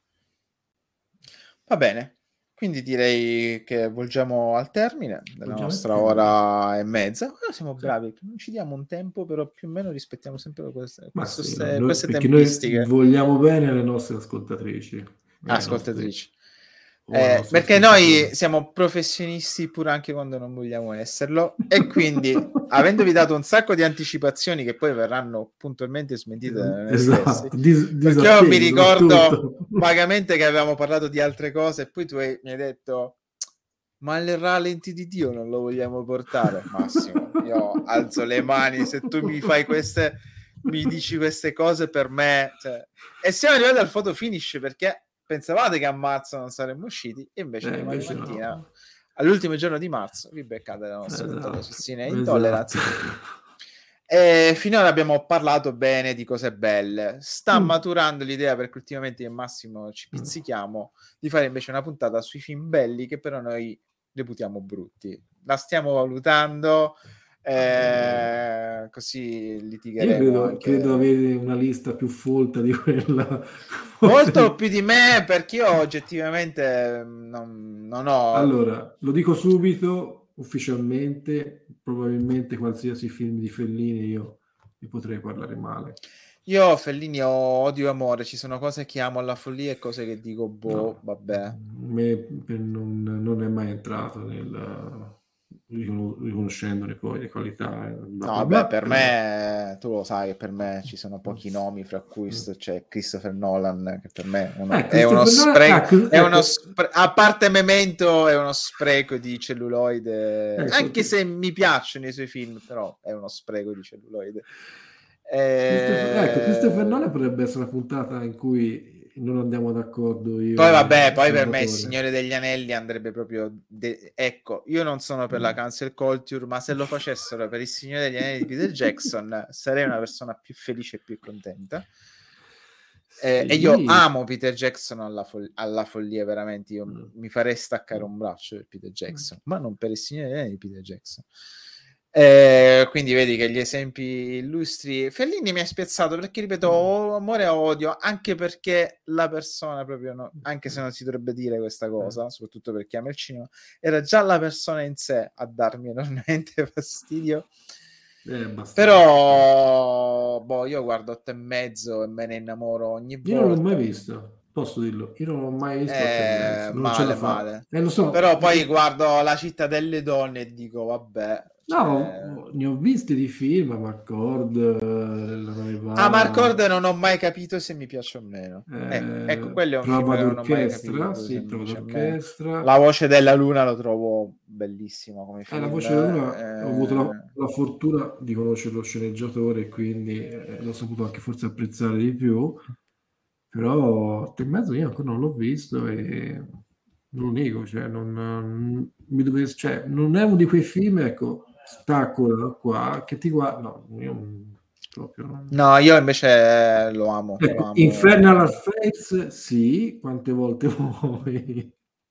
Va bene, quindi direi che volgiamo al termine della volgiamo nostra ora e mezza. Ora siamo bravi, sì. Non ci diamo un tempo, però più o meno rispettiamo sempre queste, queste, sì, queste, noi, queste perché tempistiche. Noi vogliamo bene alle nostre ascoltatrici. Ascoltatrici. Eh, Eh, perché noi siamo professionisti pure anche quando non vogliamo esserlo e quindi avendovi dato un sacco di anticipazioni che poi verranno puntualmente smentite da noi esatto. stessi, Dis- perché io mi ricordo tutto. vagamente che avevamo parlato di altre cose e poi tu hai, mi hai detto ma il rallenti di Dio non lo vogliamo portare. Massimo, io alzo le mani se tu mi fai queste mi dici queste cose per me, cioè... e siamo arrivati al photo finish perché pensavate che a marzo non saremmo usciti e invece eh, domani invece mattina no. all'ultimo giorno di marzo vi beccate la nostra esatto, succine esatto. intolleranza e finora abbiamo parlato bene di cose belle. Sta mm. maturando l'idea, perché ultimamente io e Massimo ci pizzichiamo, mm. di fare invece una puntata sui film belli che però noi reputiamo brutti. La stiamo valutando, eh, così litigheremo. Io credo, anche... credo avere una lista più folta di quella. Molto più di me, perché io oggettivamente non, non ho... Allora, lo dico subito, ufficialmente, probabilmente qualsiasi film di Fellini io ne potrei parlare male. Io Fellini ho odio e amore, ci sono cose che amo alla follia e cose che dico boh, no, vabbè. Me non, non è mai entrato nel... riconoscendone poi le qualità. No, vabbè, per me, tu lo sai che per me ci sono pochi nomi, fra cui c'è Christopher Nolan, che per me uno, eh, è uno spreco, Nolan, è ecco. uno spre- a parte Memento è uno spreco di celluloide, ecco, anche che... se mi piacciono i suoi film, però è uno spreco di celluloide. Eh... Ecco, Christopher Nolan potrebbe essere una puntata in cui non andiamo d'accordo io poi vabbè poi per me il Signore degli Anelli andrebbe proprio de- ecco, io non sono per la cancel culture, ma se lo facessero per il Signore degli Anelli di Peter Jackson sarei una persona più felice e più contenta. Sì. Eh, e io amo Peter Jackson alla, fol- alla follia, veramente io mm. mi farei staccare un braccio per Peter Jackson, mm. ma non per il Signore degli Anelli di Peter Jackson. Eh, quindi vedi che gli esempi illustri Fellini mi ha spiazzato perché ripeto ho amore o odio, anche perché la persona proprio no, anche se non si dovrebbe dire questa cosa, soprattutto per chi ama il cinema, era già la persona in sé a darmi enormemente fastidio. Eh, però boh, io guardo otto e mezzo e me ne innamoro ogni volta. Io non l'ho mai visto. posso dirlo, io non ho mai visto otto e Eh, mezzo, non ce la male, fa. male. Eh, lo so, Però poi perché- guardo La città delle donne e dico, vabbè, cioè... no, ne ho visti di film, McCord, eh, La nave Ah, va, Marcord non ho mai capito se mi piace o meno. Ecco, ecco, eh, quello è un film Prova che non ho mai d'orchestra, capito se sì, mi Prova piace o meno. d'orchestra. La voce della luna lo trovo bellissimo come Eh, La film. voce della luna, ho avuto la, eh, la fortuna di conoscere lo sceneggiatore e quindi eh, l'ho saputo anche forse apprezzare di più, però otto e mezzo io ancora non l'ho visto e non lo nego, cioè non, non- mi dove- cioè, non è uno di quei film, ecco, stacco da qua, che ti guarda, no, io non- proprio non... No, io invece lo amo, lo Ecco, Infernal amo. Affairs, sì, quante volte vuoi.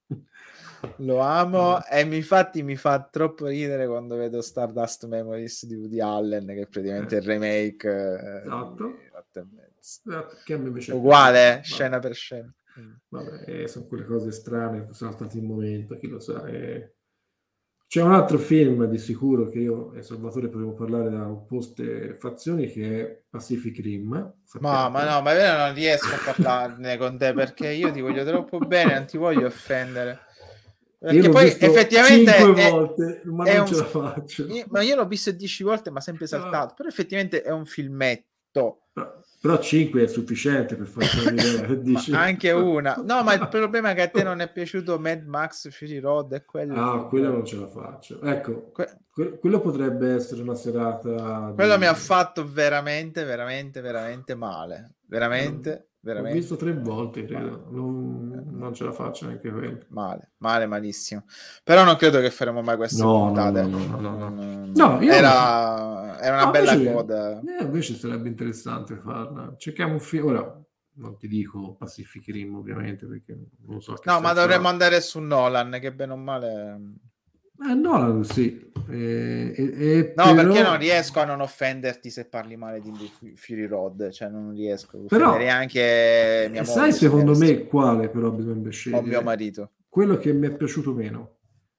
Lo amo Eh, e mi- infatti mi fa troppo ridere quando vedo Stardust Memories di Woody Allen, che è praticamente eh, il remake eh, di esatto, otto e mezzo. esatto, che a me invece è piaciuto, Uguale, ma vabbè. scena per scena. Mm. Vabbè, eh, sono quelle cose strane che sono state in momento, chi lo sa. eh. C'è un altro film di sicuro che io e Salvatore potremmo parlare da opposte fazioni, che è Pacific Rim, Ma, ma sappiate. no, ma io non riesco a parlarne con te perché io ti voglio troppo bene, non ti voglio offendere. Io Perché l'ho poi visto cinque effettivamente è, volte, ma è non un... ce la fi- faccio. io- ma io l'ho visto dieci volte, ma sempre Ah, saltato. Però effettivamente è un filmetto. però, però cinque è sufficiente per farti un'idea, che Ma dici? anche una. No, ma il problema è che a te non è piaciuto Mad Max Fury Road, è quello il Ah, quello problema. non ce la faccio. Ecco, Que- que- quello potrebbe essere una serata quello mi ha di... fatto veramente, veramente, veramente male. Eh, l'ho Veramente, l'ho visto veramente tre eh, volte, male. credo. Eh, Non, ma- non ce la faccio neanche quello. male, male, malissimo. Però non credo che faremo mai queste No, no, no, puntate. no, no, no, Non- no. non- No, io... era, era una No, bella invece, coda. eh, invece sarebbe interessante farla. Cerchiamo un film... Ora, non ti dico Pacific Rim, ovviamente, perché non so che No, ma senso dovremmo ha. andare su Nolan, che bene o male... Eh, Nolan, sì. Eh, e, e No, perché però... non riesco a non offenderti se parli male di Fu- Fury Road, cioè non riesco. Offenderei Però, anche mia eh, sai moglie se mi secondo avessi me quale però bisognerebbe o mio scegliere? marito. Quello che mi è piaciuto meno,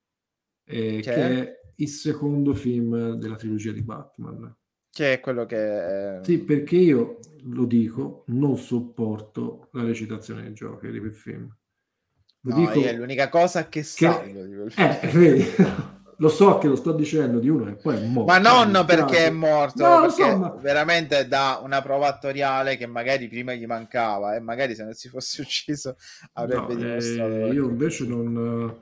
eh, Che che è? è il secondo film della trilogia di Batman. Che è quello che... Sì, ehm, perché io, lo dico, non sopporto la recitazione del Joker di quel film. Lo No, io è dico l'unica cosa che che... salvo di quel Eh, film. vedi, lo so che lo sto dicendo di uno che poi è Ma morto, mi non perché è dispiace. morto, No, lo so, perché ma... veramente dà una prova attoriale che magari prima gli mancava e magari se non si fosse ucciso avrebbe No, dimostrato eh, io qualcosa. invece non...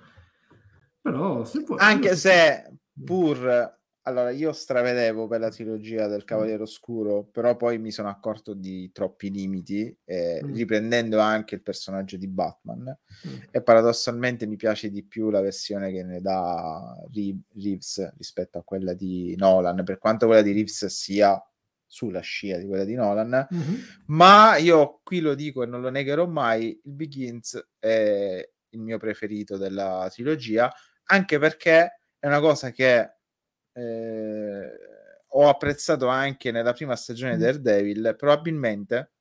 Però se vuoi, io Anche se ti... se pur allora io stravedevo per la trilogia del Cavaliere Oscuro, però poi mi sono accorto di troppi limiti, eh, Mm, riprendendo anche il personaggio di Batman. mm, E paradossalmente mi piace di più la versione che ne dà Reeves rispetto a quella di Nolan, per quanto quella di Reeves sia sulla scia di quella di Nolan. mhm. Ma io qui lo dico e non lo negherò mai, il Begins è il mio preferito della trilogia, anche perché è una cosa che eh, ho apprezzato anche nella prima stagione di Mm. Daredevil. Probabilmente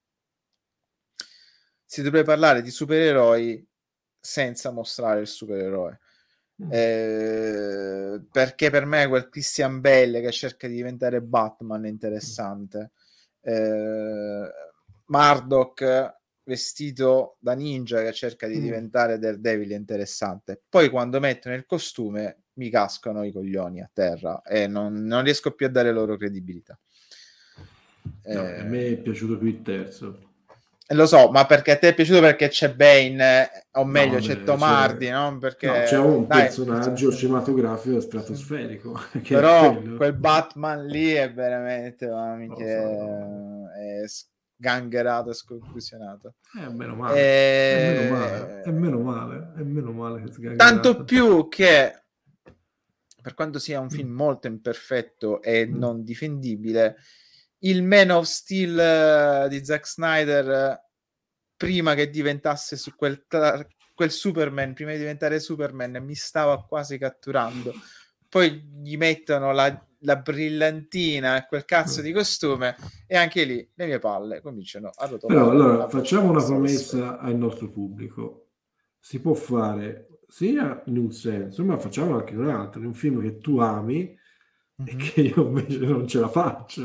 si dovrebbe parlare di supereroi senza mostrare il supereroe. Mm. Eh, perché per me quel Christian Bale che cerca di diventare Batman è interessante. Eh, Murdoch vestito da ninja che cerca di Mm. diventare Daredevil è interessante. Poi quando mettono il costume mi cascano i coglioni a terra e non, non riesco più a dare loro credibilità. No, a me Eh, è piaciuto più il terzo. lo so, ma perché a te è piaciuto perché c'è Bane, eh, o No, meglio c'è vabbè, Tom Hardy, c'è, no? no, c'è Perché un dai, personaggio cinematografico sì. stratosferico, che è Però quello. quel Batman lì è veramente mamma, Non che lo so, no. è sgangherato e sconclusionato. Eh, meno male, è meno male, E... è meno male, è meno male che Tanto sgangherato. più che, per quanto sia un Mm. film molto imperfetto e Mm. non difendibile, il Man of Steel eh, di Zack Snyder, eh, prima che diventasse su quel, tra- quel Superman, prima di diventare Superman, mi stava quasi catturando. Poi gli mettono la, la brillantina e quel cazzo di costume e anche lì le mie palle cominciano a Però rotolare allora facciamo una abbastanza lo stesso. promessa al nostro pubblico. Si può fare sia in un senso, ma facciamo anche in un altro, in un film che tu ami e Mhm. che io invece non ce la faccio.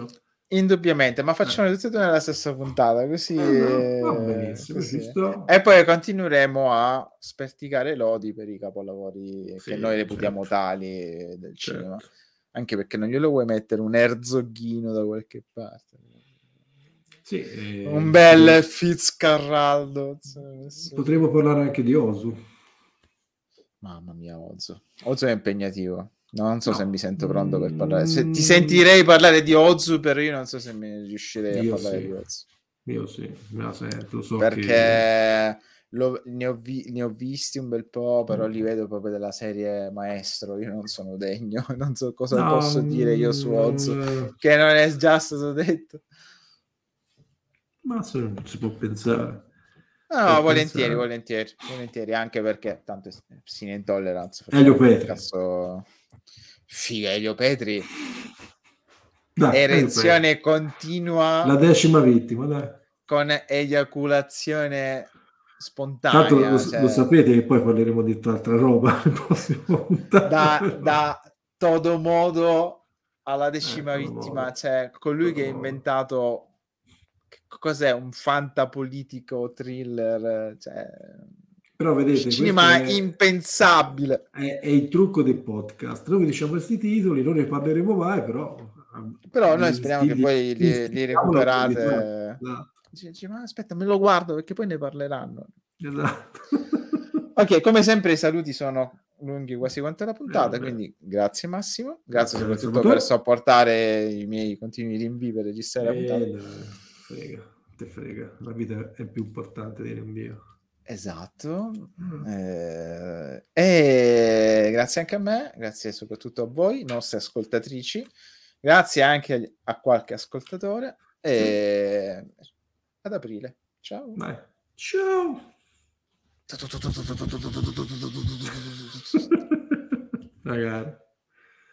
Indubbiamente, ma facciamo eh. tutte e due nella stessa puntata, così, eh, no, va benissimo, così. Sto... E poi continueremo a sperticare lodi per i capolavori sì, che noi reputiamo certo. tali del certo. cinema, anche perché non glielo vuoi mettere un Herzoghino da qualche parte. Sì, eh, un bel potremmo... Fitzcarraldo. Potremmo parlare anche di Ozu. Mamma mia, Ozu. Ozu è impegnativo. No, non so no. se mi sento pronto per Mm. parlare. Se ti sentirei parlare di Ozu, però io non so se mi riuscirei io a parlare sì. di Ozu. Io sì, me la sento. So perché che... lo, ne, ho vi, ne ho visti un bel po', però li vedo proprio della serie maestro. Io non sono degno, non so cosa no, posso dire io su Ozu, no. che non è già stato detto. Ma se non si può pensare. No, no volentieri, pensare. volentieri, volentieri, anche perché tanto è psine intolleranza. Elio Petri. Caso... Figa, Elio Petri. Dai, erezione Elio Petri. continua. La decima vittima, dai. Con eiaculazione spontanea. Tanto lo, cioè... lo sapete che poi parleremo di altra roba da, da todo modo alla decima eh, vittima, modo. Cioè colui todo che ha inventato cos'è un fantapolitico thriller, cioè però vedete, cinema è, impensabile. È, è il trucco del podcast. Noi vi diciamo questi titoli, non ne parleremo mai, però però noi speriamo che poi li, li recuperate. No. Dici, ma aspetta, me lo guardo perché poi ne parleranno. Esatto. Ok, come sempre i saluti sono lunghi quasi quanto la puntata, eh, quindi grazie Massimo, grazie, grazie soprattutto per sopportare i miei continui rinvii per registrare eh, la puntata. Frega, te frega, la vita è più importante del rinvio. Esatto, mm. eh, e grazie anche a me, grazie soprattutto a voi, nostre ascoltatrici, grazie anche a qualche ascoltatore e sì. Ad aprile, ciao. Dai. Ciao. Ragazzi.